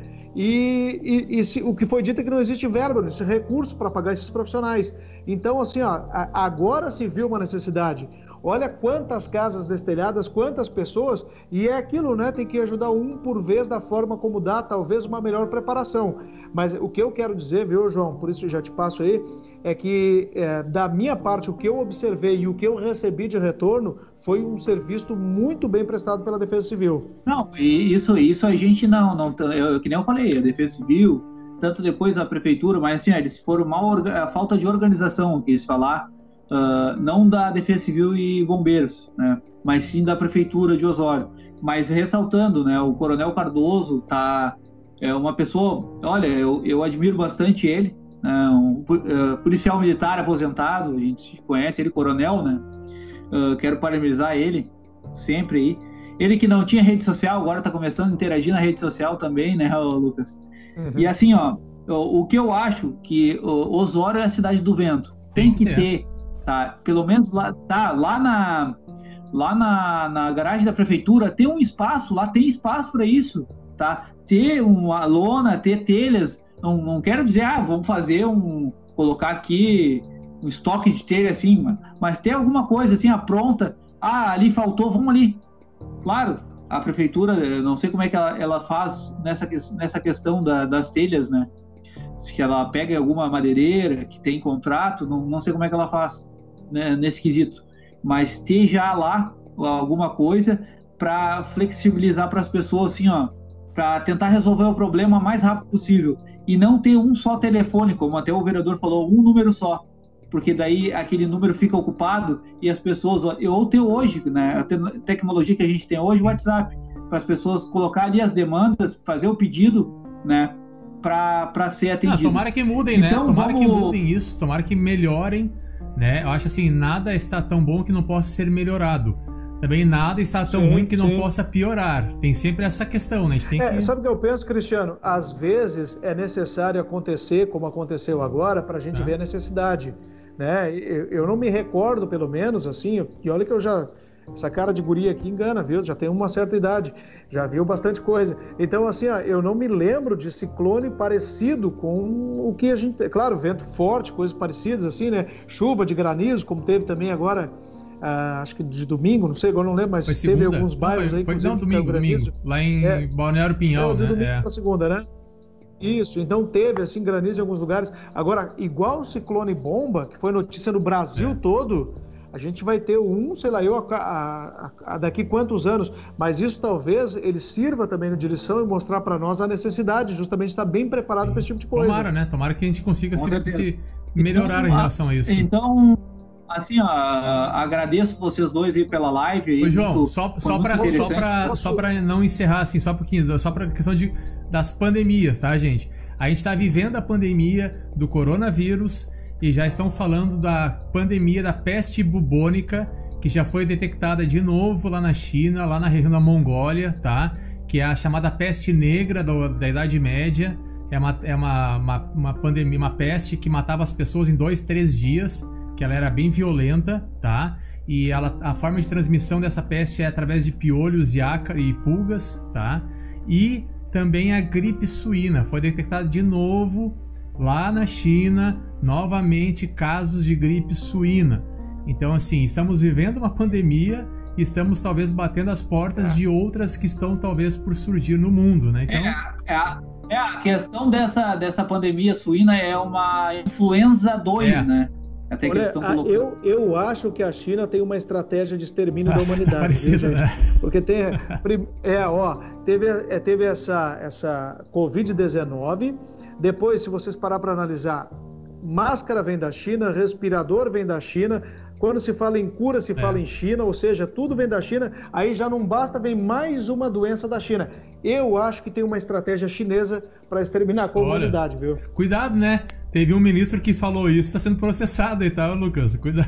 E, e- e se- o que foi dito é que não existe verba, não existe recurso para pagar esses profissionais. Então, assim, ó, a- agora se viu uma necessidade. Olha quantas casas destelhadas, quantas pessoas, e é aquilo, né? Tem que ajudar um por vez da forma como dá, talvez uma melhor preparação. Mas o que eu quero dizer, viu, João, por isso eu já te passo aí, é que é, da minha parte, o que eu observei e o que eu recebi de retorno foi um serviço muito bem prestado pela Defesa Civil. Não, e isso, isso a gente não, não eu, que nem eu falei, a Defesa Civil, tanto depois da Prefeitura, mas assim, eles foram mal, orga- a falta de organização, que eles falar, uh, não da Defesa Civil e Bombeiros, né, mas sim da Prefeitura de Osório. Mas ressaltando, né, o Coronel Cardoso tá, é uma pessoa, olha, eu, eu admiro bastante ele, né, um uh, policial militar aposentado, a gente conhece ele, coronel, né, uh, quero parabenizar ele, sempre aí. Ele que não tinha rede social, agora está começando a interagir na rede social também, né, Lucas? Uhum. E assim, ó, o, o que eu acho que o Osório é a cidade do vento. Tem que É. ter, tá? Pelo menos lá, tá, lá na lá na, na garagem da prefeitura tem um espaço, lá tem espaço para isso, tá? Ter uma lona, ter telhas, não, não quero dizer, ah, vamos fazer um, colocar aqui um estoque de telha assim, mas ter alguma coisa assim, apronta, ah, ali faltou, vamos ali. Claro, a prefeitura, eu não sei como é que ela, ela faz nessa, nessa questão da, das telhas, né? Se ela pega alguma madeireira que tem contrato, não, não sei como é que ela faz, né, nesse quesito. Mas ter já lá alguma coisa para flexibilizar para as pessoas, assim, ó, para tentar resolver o problema o mais rápido possível. E não ter um só telefone, como até o vereador falou, um número só. Porque daí aquele número fica ocupado e as pessoas, ou ter hoje, né, a te- tecnologia que a gente tem hoje, o WhatsApp, para as pessoas colocar ali as demandas, fazer o pedido, né, para ser Ah, atendido. tomara que mudem, né? Então, Tomara que vamos- mudem isso, tomara que melhorem, né? Eu acho assim, nada está tão bom que não possa ser melhorado. Também nada está tão Sim, ruim que não sim. possa piorar. Tem sempre essa questão, né? A gente tem É, que... sabe o que eu penso, Cristiano? Às vezes é necessário acontecer como aconteceu agora para a gente Tá. ver a necessidade. né? Eu, eu não me recordo, pelo menos, assim, e olha que eu já... Essa cara de guria aqui engana, viu? Já tem uma certa idade, já viu bastante coisa. Então, assim, ó, eu não me lembro de ciclone parecido com o que a gente... Claro, vento forte, coisas parecidas, assim, né? Chuva de granizo, como teve também agora, ah, acho que de domingo, não sei, agora não lembro, mas foi teve segunda. alguns bairros não, aí... Foi, foi não, domingo, domingo, lá em é, Balneário Pinhal, de né? domingo é. para segunda, né? Isso, então teve, assim, granizo em alguns lugares. Agora, igual o ciclone bomba, que foi notícia no Brasil é. todo... A gente vai ter um, sei lá, eu a, a, a, daqui quantos anos, mas isso talvez ele sirva também na direção e mostrar para nós a necessidade, justamente estar bem preparado para esse tipo de coisa. Tomara, né? Tomara que a gente consiga se, se melhorar então, em relação a isso. Então, assim, ó, agradeço vocês dois aí pela live. Aí, Ô, João, muito, só, só para só pra, só pra não encerrar, assim, só um pouquinho, só para questão de, das pandemias, tá, gente? A gente está vivendo a pandemia do coronavírus. E já estão falando da pandemia da peste bubônica, que já foi detectada de novo lá na China, lá na região da Mongólia, tá? Que é a chamada peste negra da, da Idade Média. É, uma, é uma, uma, uma pandemia, uma peste que matava as pessoas em dois, três dias, que ela era bem violenta, tá? E ela, a forma de transmissão dessa peste é através de piolhos e, ácar, e pulgas, tá? E também a gripe suína, foi detectada de novo lá na China, novamente casos de gripe suína. Então, assim, estamos vivendo uma pandemia e estamos talvez batendo as portas é. de outras que estão talvez por surgir no mundo, né? Então... É, é, a, é a questão dessa, dessa pandemia suína é uma influenza dois, é. né? Até que Olha, eles estão colocando. eu, eu acho que a China tem uma estratégia de extermínio da humanidade. Parecido, viu, gente? Né? Porque tem... É, ó, teve, teve essa, essa covid dezenove. Depois, se vocês parar para analisar, máscara vem da China, respirador vem da China. Quando se fala em cura, se é. fala em China, ou seja, tudo vem da China. Aí já não basta, vem mais uma doença da China. Eu acho que tem uma estratégia chinesa para exterminar a humanidade, viu? Cuidado, né? Teve um ministro que falou isso, está sendo processado aí, tá, Lucas? Cuidado.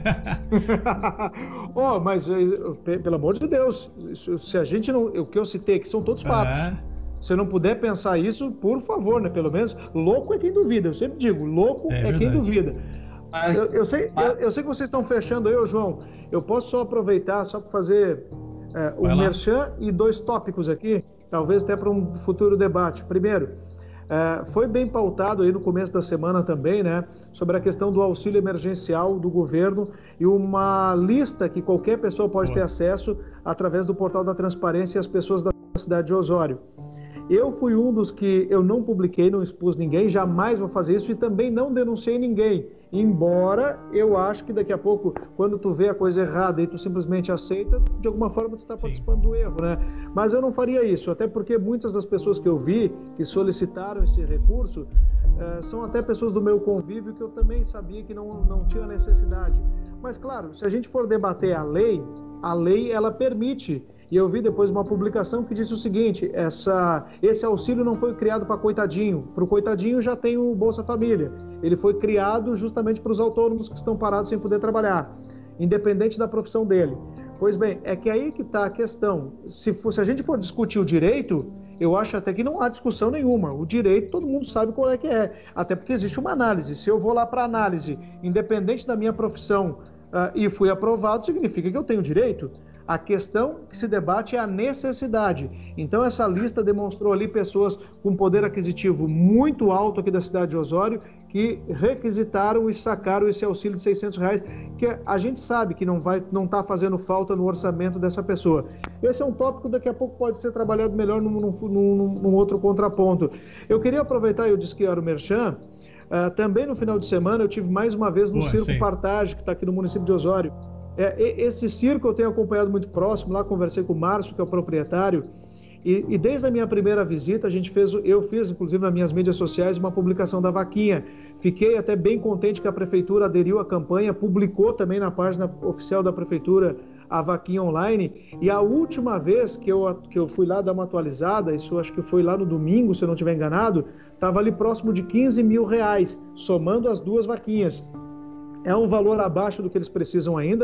Oh, mas, pelo amor de Deus, se a gente não... O que eu citei aqui são todos fatos. É. Se eu não puder pensar isso, por favor, né? Pelo menos, louco é quem duvida. Eu sempre digo, louco é, é quem duvida. Mas, eu, eu, sei, mas... eu, eu sei que vocês estão fechando aí, ô João. Eu posso só aproveitar, só para fazer é, o merchan e dois tópicos aqui, talvez até para um futuro debate. Primeiro, é, foi bem pautado aí no começo da semana também, né? Sobre a questão do auxílio emergencial do governo e uma lista que qualquer pessoa pode Boa. ter acesso através do portal da transparência e as pessoas da cidade de Osório. Eu fui um dos que eu não publiquei, não expus ninguém, jamais vou fazer isso e também não denunciei ninguém. Embora eu acho que daqui a pouco, quando tu vê a coisa errada e tu simplesmente aceita, de alguma forma tu está participando do erro, né? Mas eu não faria isso, até porque muitas das pessoas que eu vi que solicitaram esse recurso eh, são até pessoas do meu convívio que eu também sabia que não, não tinha necessidade. Mas claro, se a gente for debater a lei, a lei ela permite. E eu vi depois uma publicação que disse o seguinte, essa, esse auxílio não foi criado para coitadinho, para o coitadinho já tem o Bolsa Família, ele foi criado justamente para os autônomos que estão parados sem poder trabalhar, independente da profissão dele. Pois bem, é que aí que está a questão, se, for, se a gente for discutir o direito, eu acho até que não há discussão nenhuma, o direito todo mundo sabe qual é que é, até porque existe uma análise, se eu vou lá para análise, independente da minha profissão uh, e fui aprovado, significa que eu tenho direito. A questão que se debate é a necessidade. Então, essa lista demonstrou ali pessoas com poder aquisitivo muito alto aqui da cidade de Osório que requisitaram e sacaram esse auxílio de seiscentos reais, que a gente sabe que não vai, não está fazendo falta no orçamento dessa pessoa. Esse é um tópico que daqui a pouco pode ser trabalhado melhor num, num, num, num outro contraponto. Eu queria aproveitar, eu disse que era o merchan, uh, também no final de semana eu tive mais uma vez no Boa, Circo sim. Partage, que está aqui no município de Osório. É, esse circo eu tenho acompanhado muito próximo, lá conversei com o Márcio, que é o proprietário, e, e desde a minha primeira visita, a gente fez, eu fiz, inclusive nas minhas mídias sociais, uma publicação da vaquinha. Fiquei até bem contente que a prefeitura aderiu à campanha, publicou também na página oficial da prefeitura a vaquinha online, e a última vez que eu, que eu fui lá dar uma atualizada, isso acho que foi lá no domingo, se eu não estiver enganado, estava ali próximo de quinze mil reais, somando as duas vaquinhas. É um valor abaixo do que eles precisam ainda,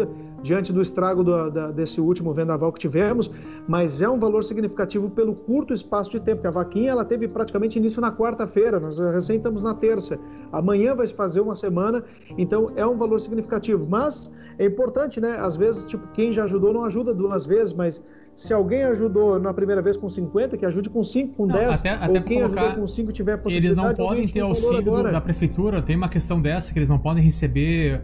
diante do estrago do, da, desse último vendaval que tivemos, mas é um valor significativo pelo curto espaço de tempo, porque a vaquinha ela teve praticamente início na quarta-feira, nós recém estamos na terça, amanhã vai se fazer uma semana, então é um valor significativo, mas é importante, né, às vezes, tipo, quem já ajudou não ajuda duas vezes, mas se alguém ajudou na primeira vez com cinquenta, que ajude com cinco, com não, dez, até, ou até quem ajudou com cinco tiver possibilidade... Eles não podem ter auxílio do, da prefeitura, tem uma questão dessa, que eles não podem receber...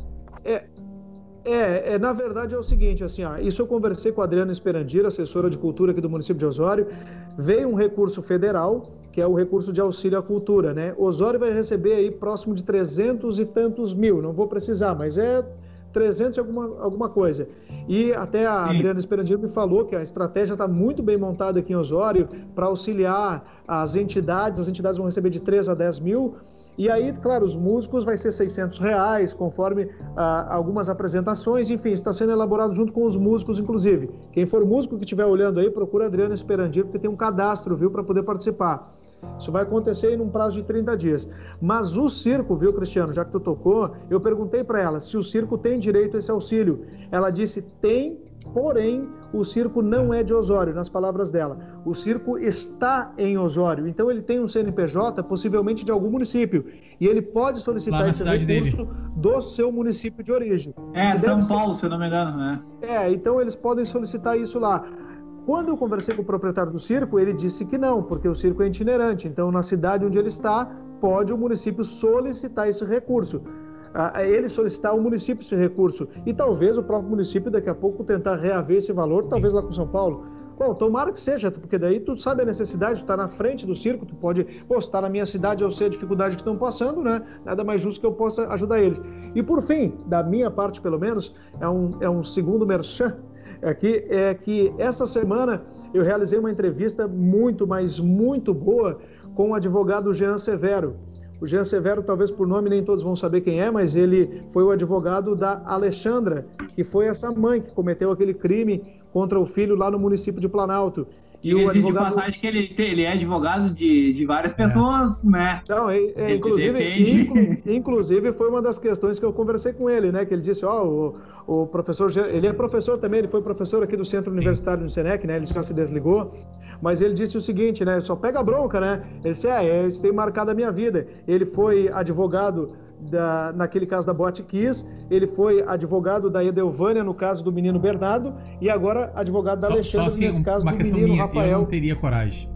É, é, é na verdade é o seguinte, assim, ó, isso eu conversei com a Adriana Esperandir, assessora de cultura aqui do município de Osório, veio um recurso federal, que é o recurso de auxílio à cultura, né? Osório vai receber aí próximo de trezentos e tantos mil, não vou precisar, mas é... trezentos e alguma, alguma coisa. E até a Sim. Adriana Esperandir me falou que a estratégia está muito bem montada aqui em Osório para auxiliar as entidades. As entidades vão receber de três a dez mil. E aí, claro, os músicos vai ser seiscentos reais, conforme ah, algumas apresentações. Enfim, está sendo elaborado junto com os músicos, inclusive. Quem for músico que estiver olhando aí, procura a Adriana Esperandir, porque tem um cadastro, viu, para poder participar. Isso vai acontecer em um prazo de trinta dias. Mas o circo, viu, Cristiano, já que tu tocou, eu perguntei para ela se o circo tem direito a esse auxílio. Ela disse tem, porém o circo não é de Osório, nas palavras dela. O circo está em Osório, então ele tem um C N P J, possivelmente de algum município, e ele pode solicitar esse recurso dele. Do seu município de origem. É, São Paulo, ser... se eu não me engano, né? É, então eles podem solicitar isso lá. Quando eu conversei com o proprietário do circo, ele disse que não, porque o circo é itinerante. Então, na cidade onde ele está, pode o município solicitar esse recurso. Ele solicitar ao município esse recurso. E talvez o próprio município, daqui a pouco, tentar reaver esse valor, talvez lá com São Paulo. Bom, tomara que seja, porque daí tu sabe a necessidade, tu tá na frente do circo, tu pode, pô, se tá na minha cidade, eu sei a dificuldade que estão passando, né? Nada mais justo que eu possa ajudar eles. E por fim, da minha parte pelo menos, é um, é um segundo merchan, aqui é que essa semana eu realizei uma entrevista muito, mas muito boa com o advogado Jean Severo. O Jean Severo, talvez por nome nem todos vão saber quem é, mas ele foi o advogado da Alexandra, que foi essa mãe que cometeu aquele crime contra o filho lá no município de Planalto. E o advogado... de passagem que ele, ele é advogado de, de várias pessoas, é. né? Não, é, é, inclusive, inclu, inclusive foi uma das questões que eu conversei com ele, né? Que ele disse, ó, oh, o, o professor, ele é professor também, ele foi professor aqui do Centro Universitário do Senec, né? Ele já se desligou, mas ele disse o seguinte, né? Só pega a bronca, né? Ele disse, é, isso tem marcado a minha vida. Ele foi advogado Da, naquele caso da Boate Kiss, ele foi advogado da Edelvânia no caso do menino Bernardo e agora advogado da só, Alexandre só assim, nesse caso uma do questão menino minha, Rafael. Eu não teria coragem.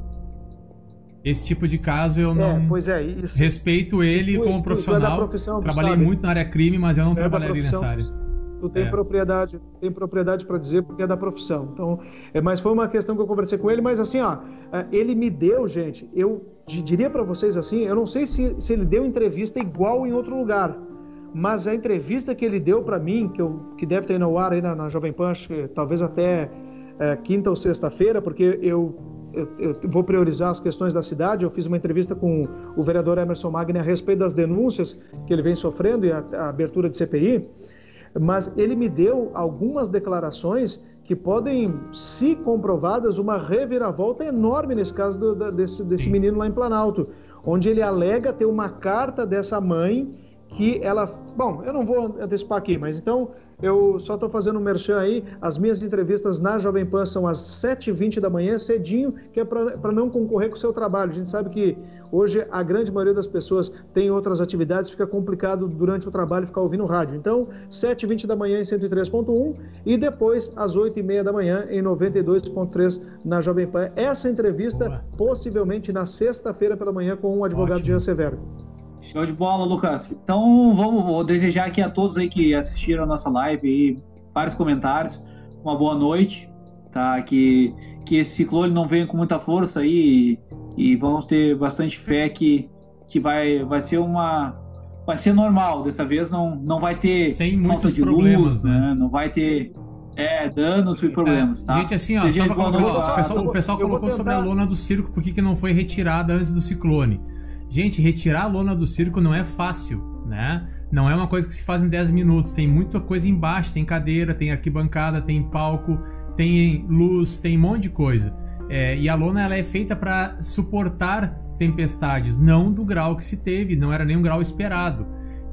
Esse tipo de caso eu não... É, pois é, isso. Respeito ele tu, como tu, profissional, tu é profissão, trabalhei sabe? muito na área crime, mas eu não é trabalharia nessa área. Tu tem é. propriedade, tem propriedade para dizer porque é da profissão. Então, é, mas foi uma questão que eu conversei com ele, mas assim, ó, ele me deu, gente, eu diria para vocês assim, eu não sei se, se ele deu entrevista igual em outro lugar, mas a entrevista que ele deu para mim, que, eu, que deve ter no ar aí na, na Jovem Pan, talvez até é, quinta ou sexta-feira, porque eu, eu, eu vou priorizar as questões da cidade. Eu fiz uma entrevista com o vereador Emerson Magni a respeito das denúncias que ele vem sofrendo e a, a abertura de C P I, mas ele me deu algumas declarações que podem, se comprovadas, uma reviravolta enorme nesse caso do, da, desse, desse menino lá em Planalto, onde ele alega ter uma carta dessa mãe que ela... Bom, eu não vou antecipar aqui, mas então eu só estou fazendo um merchan aí. As minhas entrevistas na Jovem Pan são às sete e vinte da manhã, cedinho, que é para não concorrer com o seu trabalho. A gente sabe que hoje a grande maioria das pessoas tem outras atividades, fica complicado durante o trabalho ficar ouvindo rádio. Então, sete e vinte da manhã em cento e três ponto um e depois às oito e meia da manhã em noventa e dois ponto três na Jovem Pan. Essa entrevista, Boa. possivelmente na sexta-feira pela manhã, com o advogado Ótimo. Jean Severo. Show de bola, Lucas. Então, vamos vou desejar aqui a todos aí que assistiram a nossa live aí, vários comentários, uma boa noite, tá? Que, que esse ciclone não venha com muita força aí e, e vamos ter bastante fé que, que vai, vai ser uma... Vai ser normal, dessa vez não, não vai ter Sem falta de problemas, luz, né? né? Não vai ter é, danos e problemas, é, tá? Gente, assim, ó, só pra colocar, o pessoal, o pessoal colocou sobre a lona do circo, por que que não foi retirada antes do ciclone? Gente, retirar a lona do circo não é fácil, né? Não é uma coisa que se faz em dez minutos. Tem muita coisa embaixo. Tem cadeira, tem arquibancada, tem palco, tem luz, tem um monte de coisa. É, e a lona ela é feita para suportar tempestades, não do grau que se teve, não era nem um grau esperado.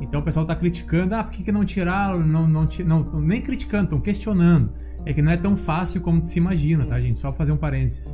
Então o pessoal tá criticando, ah, por que, que não tiraram, não, não, não, nem criticando, estão questionando. É que não é tão fácil como se imagina, tá, gente? Só pra fazer um parênteses.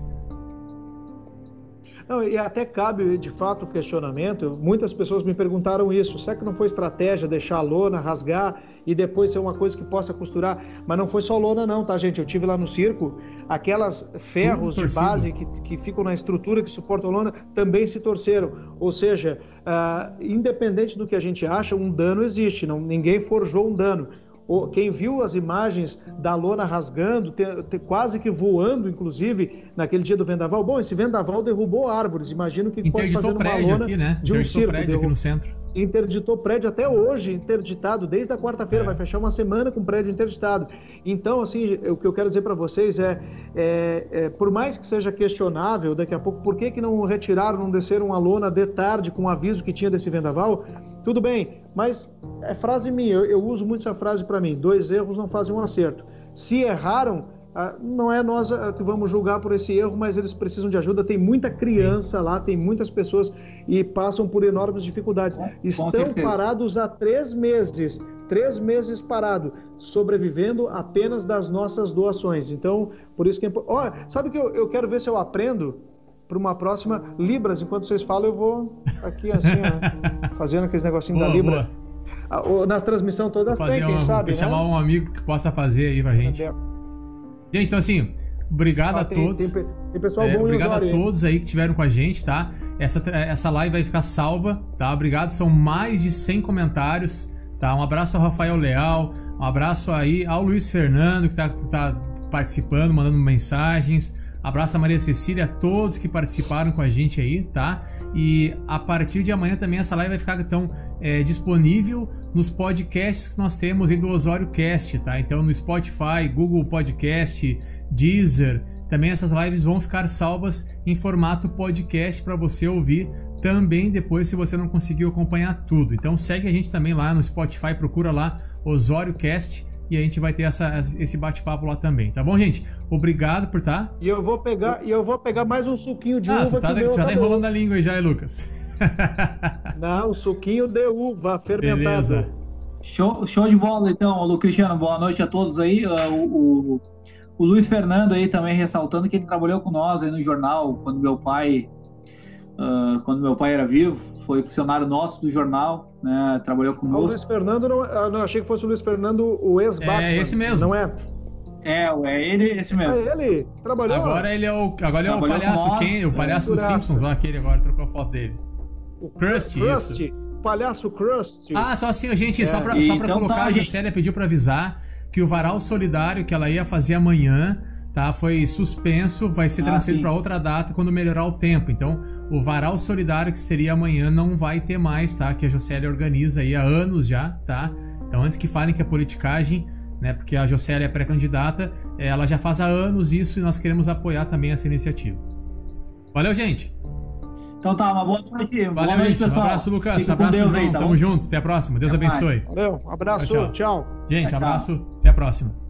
Não, e até cabe, de fato, o questionamento. Muitas pessoas me perguntaram isso. Será que não foi estratégia deixar a lona, rasgar e depois ser uma coisa que possa costurar? Mas não foi só lona não, tá, gente? Eu tive lá no circo, aquelas ferros de base que, que ficam na estrutura que suportam a lona também se torceram. Ou seja, uh, independente do que a gente acha, um dano existe. Não, ninguém forjou um dano. Quem viu as imagens da lona rasgando, te, te, quase que voando, inclusive, naquele dia do vendaval, bom, esse vendaval derrubou árvores, imagino que pode fazer uma lona aqui, né? de um circo. Prédio aqui no centro. Interditou prédio até hoje, interditado, desde a quarta-feira, é. vai fechar uma semana com prédio interditado. Então, assim, o que eu quero dizer para vocês é, é, é, por mais que seja questionável daqui a pouco, por que que não retiraram, não desceram a lona de tarde com o aviso que tinha desse vendaval? Tudo bem, mas é frase minha, eu, eu uso muito essa frase para mim, dois erros não fazem um acerto. Se erraram, não é nós que vamos julgar por esse erro, mas eles precisam de ajuda, tem muita criança Sim. lá, tem muitas pessoas e passam por enormes dificuldades. Com, Estão com parados há três meses, três meses parados, sobrevivendo apenas das nossas doações. Então, por isso que é importante. Oh, sabe que eu, eu quero ver se eu aprendo para uma próxima Libras, enquanto vocês falam, eu vou aqui assim, ó, fazendo aqueles negocinhos boa, da Libra. Boa. Nas transmissões todas tem, quem uma, sabe, né? Chamar um amigo que possa fazer aí pra gente. Gente, então assim, obrigado ah, a tem, todos. Tem, tem pessoal é, bom obrigado a todos aí que estiveram com a gente, tá? Essa, essa live vai ficar salva, tá? Obrigado, são mais de cem comentários, tá? Um abraço ao Rafael Leal, um abraço aí ao Luiz Fernando, que tá, tá participando, mandando mensagens. Abraço a Maria Cecília, a todos que participaram com a gente aí, tá? E a partir de amanhã também essa live vai ficar então é, disponível nos podcasts que nós temos aí do Osório Cast, tá? Então no Spotify, Google Podcast, Deezer, também essas lives vão ficar salvas em formato podcast para você ouvir também depois se você não conseguiu acompanhar tudo. Então segue a gente também lá no Spotify, procura lá Osório Cast e a gente vai ter essa, esse bate-papo lá também, tá bom, gente? Obrigado por estar. E eu vou pegar, e eu vou pegar mais um suquinho de ah, uva. Tá, que já meu tá enrolando a língua aí já, Lucas. Não, suquinho de uva fermentado. Beleza. Show, show de bola, então, Lu Cristiano. Boa noite a todos aí. Uh, o, o, o Luiz Fernando aí também ressaltando que ele trabalhou com nós aí no jornal quando meu pai, uh, quando meu pai era vivo. Foi funcionário nosso do jornal, né? Trabalhou conosco. O Luiz Fernando, não, não achei que fosse o Luiz Fernando, o ex-Batman. É esse mesmo. Não é? É, é ele, esse mesmo. É ele, trabalhou. Agora ele é o, agora ele é o palhaço, quem? O palhaço é, dos Simpsons lá, aquele agora, trocou a foto dele. O Krusty, Krusty, isso. O palhaço Krusty. Ah, só assim, gente, é. só pra, só pra então, colocar, tá, a Juscelia pediu pra avisar que o varal solidário que ela ia fazer amanhã, tá, foi suspenso, vai ser transferido ah, para outra data quando melhorar o tempo. Então, o varal solidário que seria amanhã não vai ter mais, tá? Que a Juscelia organiza aí há anos já, tá? Então, antes que falem que é politicagem, né? Porque a Juscelia é pré-candidata, ela já faz há anos isso e nós queremos apoiar também essa iniciativa. Valeu, gente! Então tá, uma boa noite. Valeu, boa noite, gente. pessoal. Um abraço, Lucas. Fica abraço, Deus João. aí, tá Tamo bom? junto. Até a próxima. Deus Até abençoe. Valeu, um abraço, tchau. tchau. Gente, tchau. abraço. Até a próxima.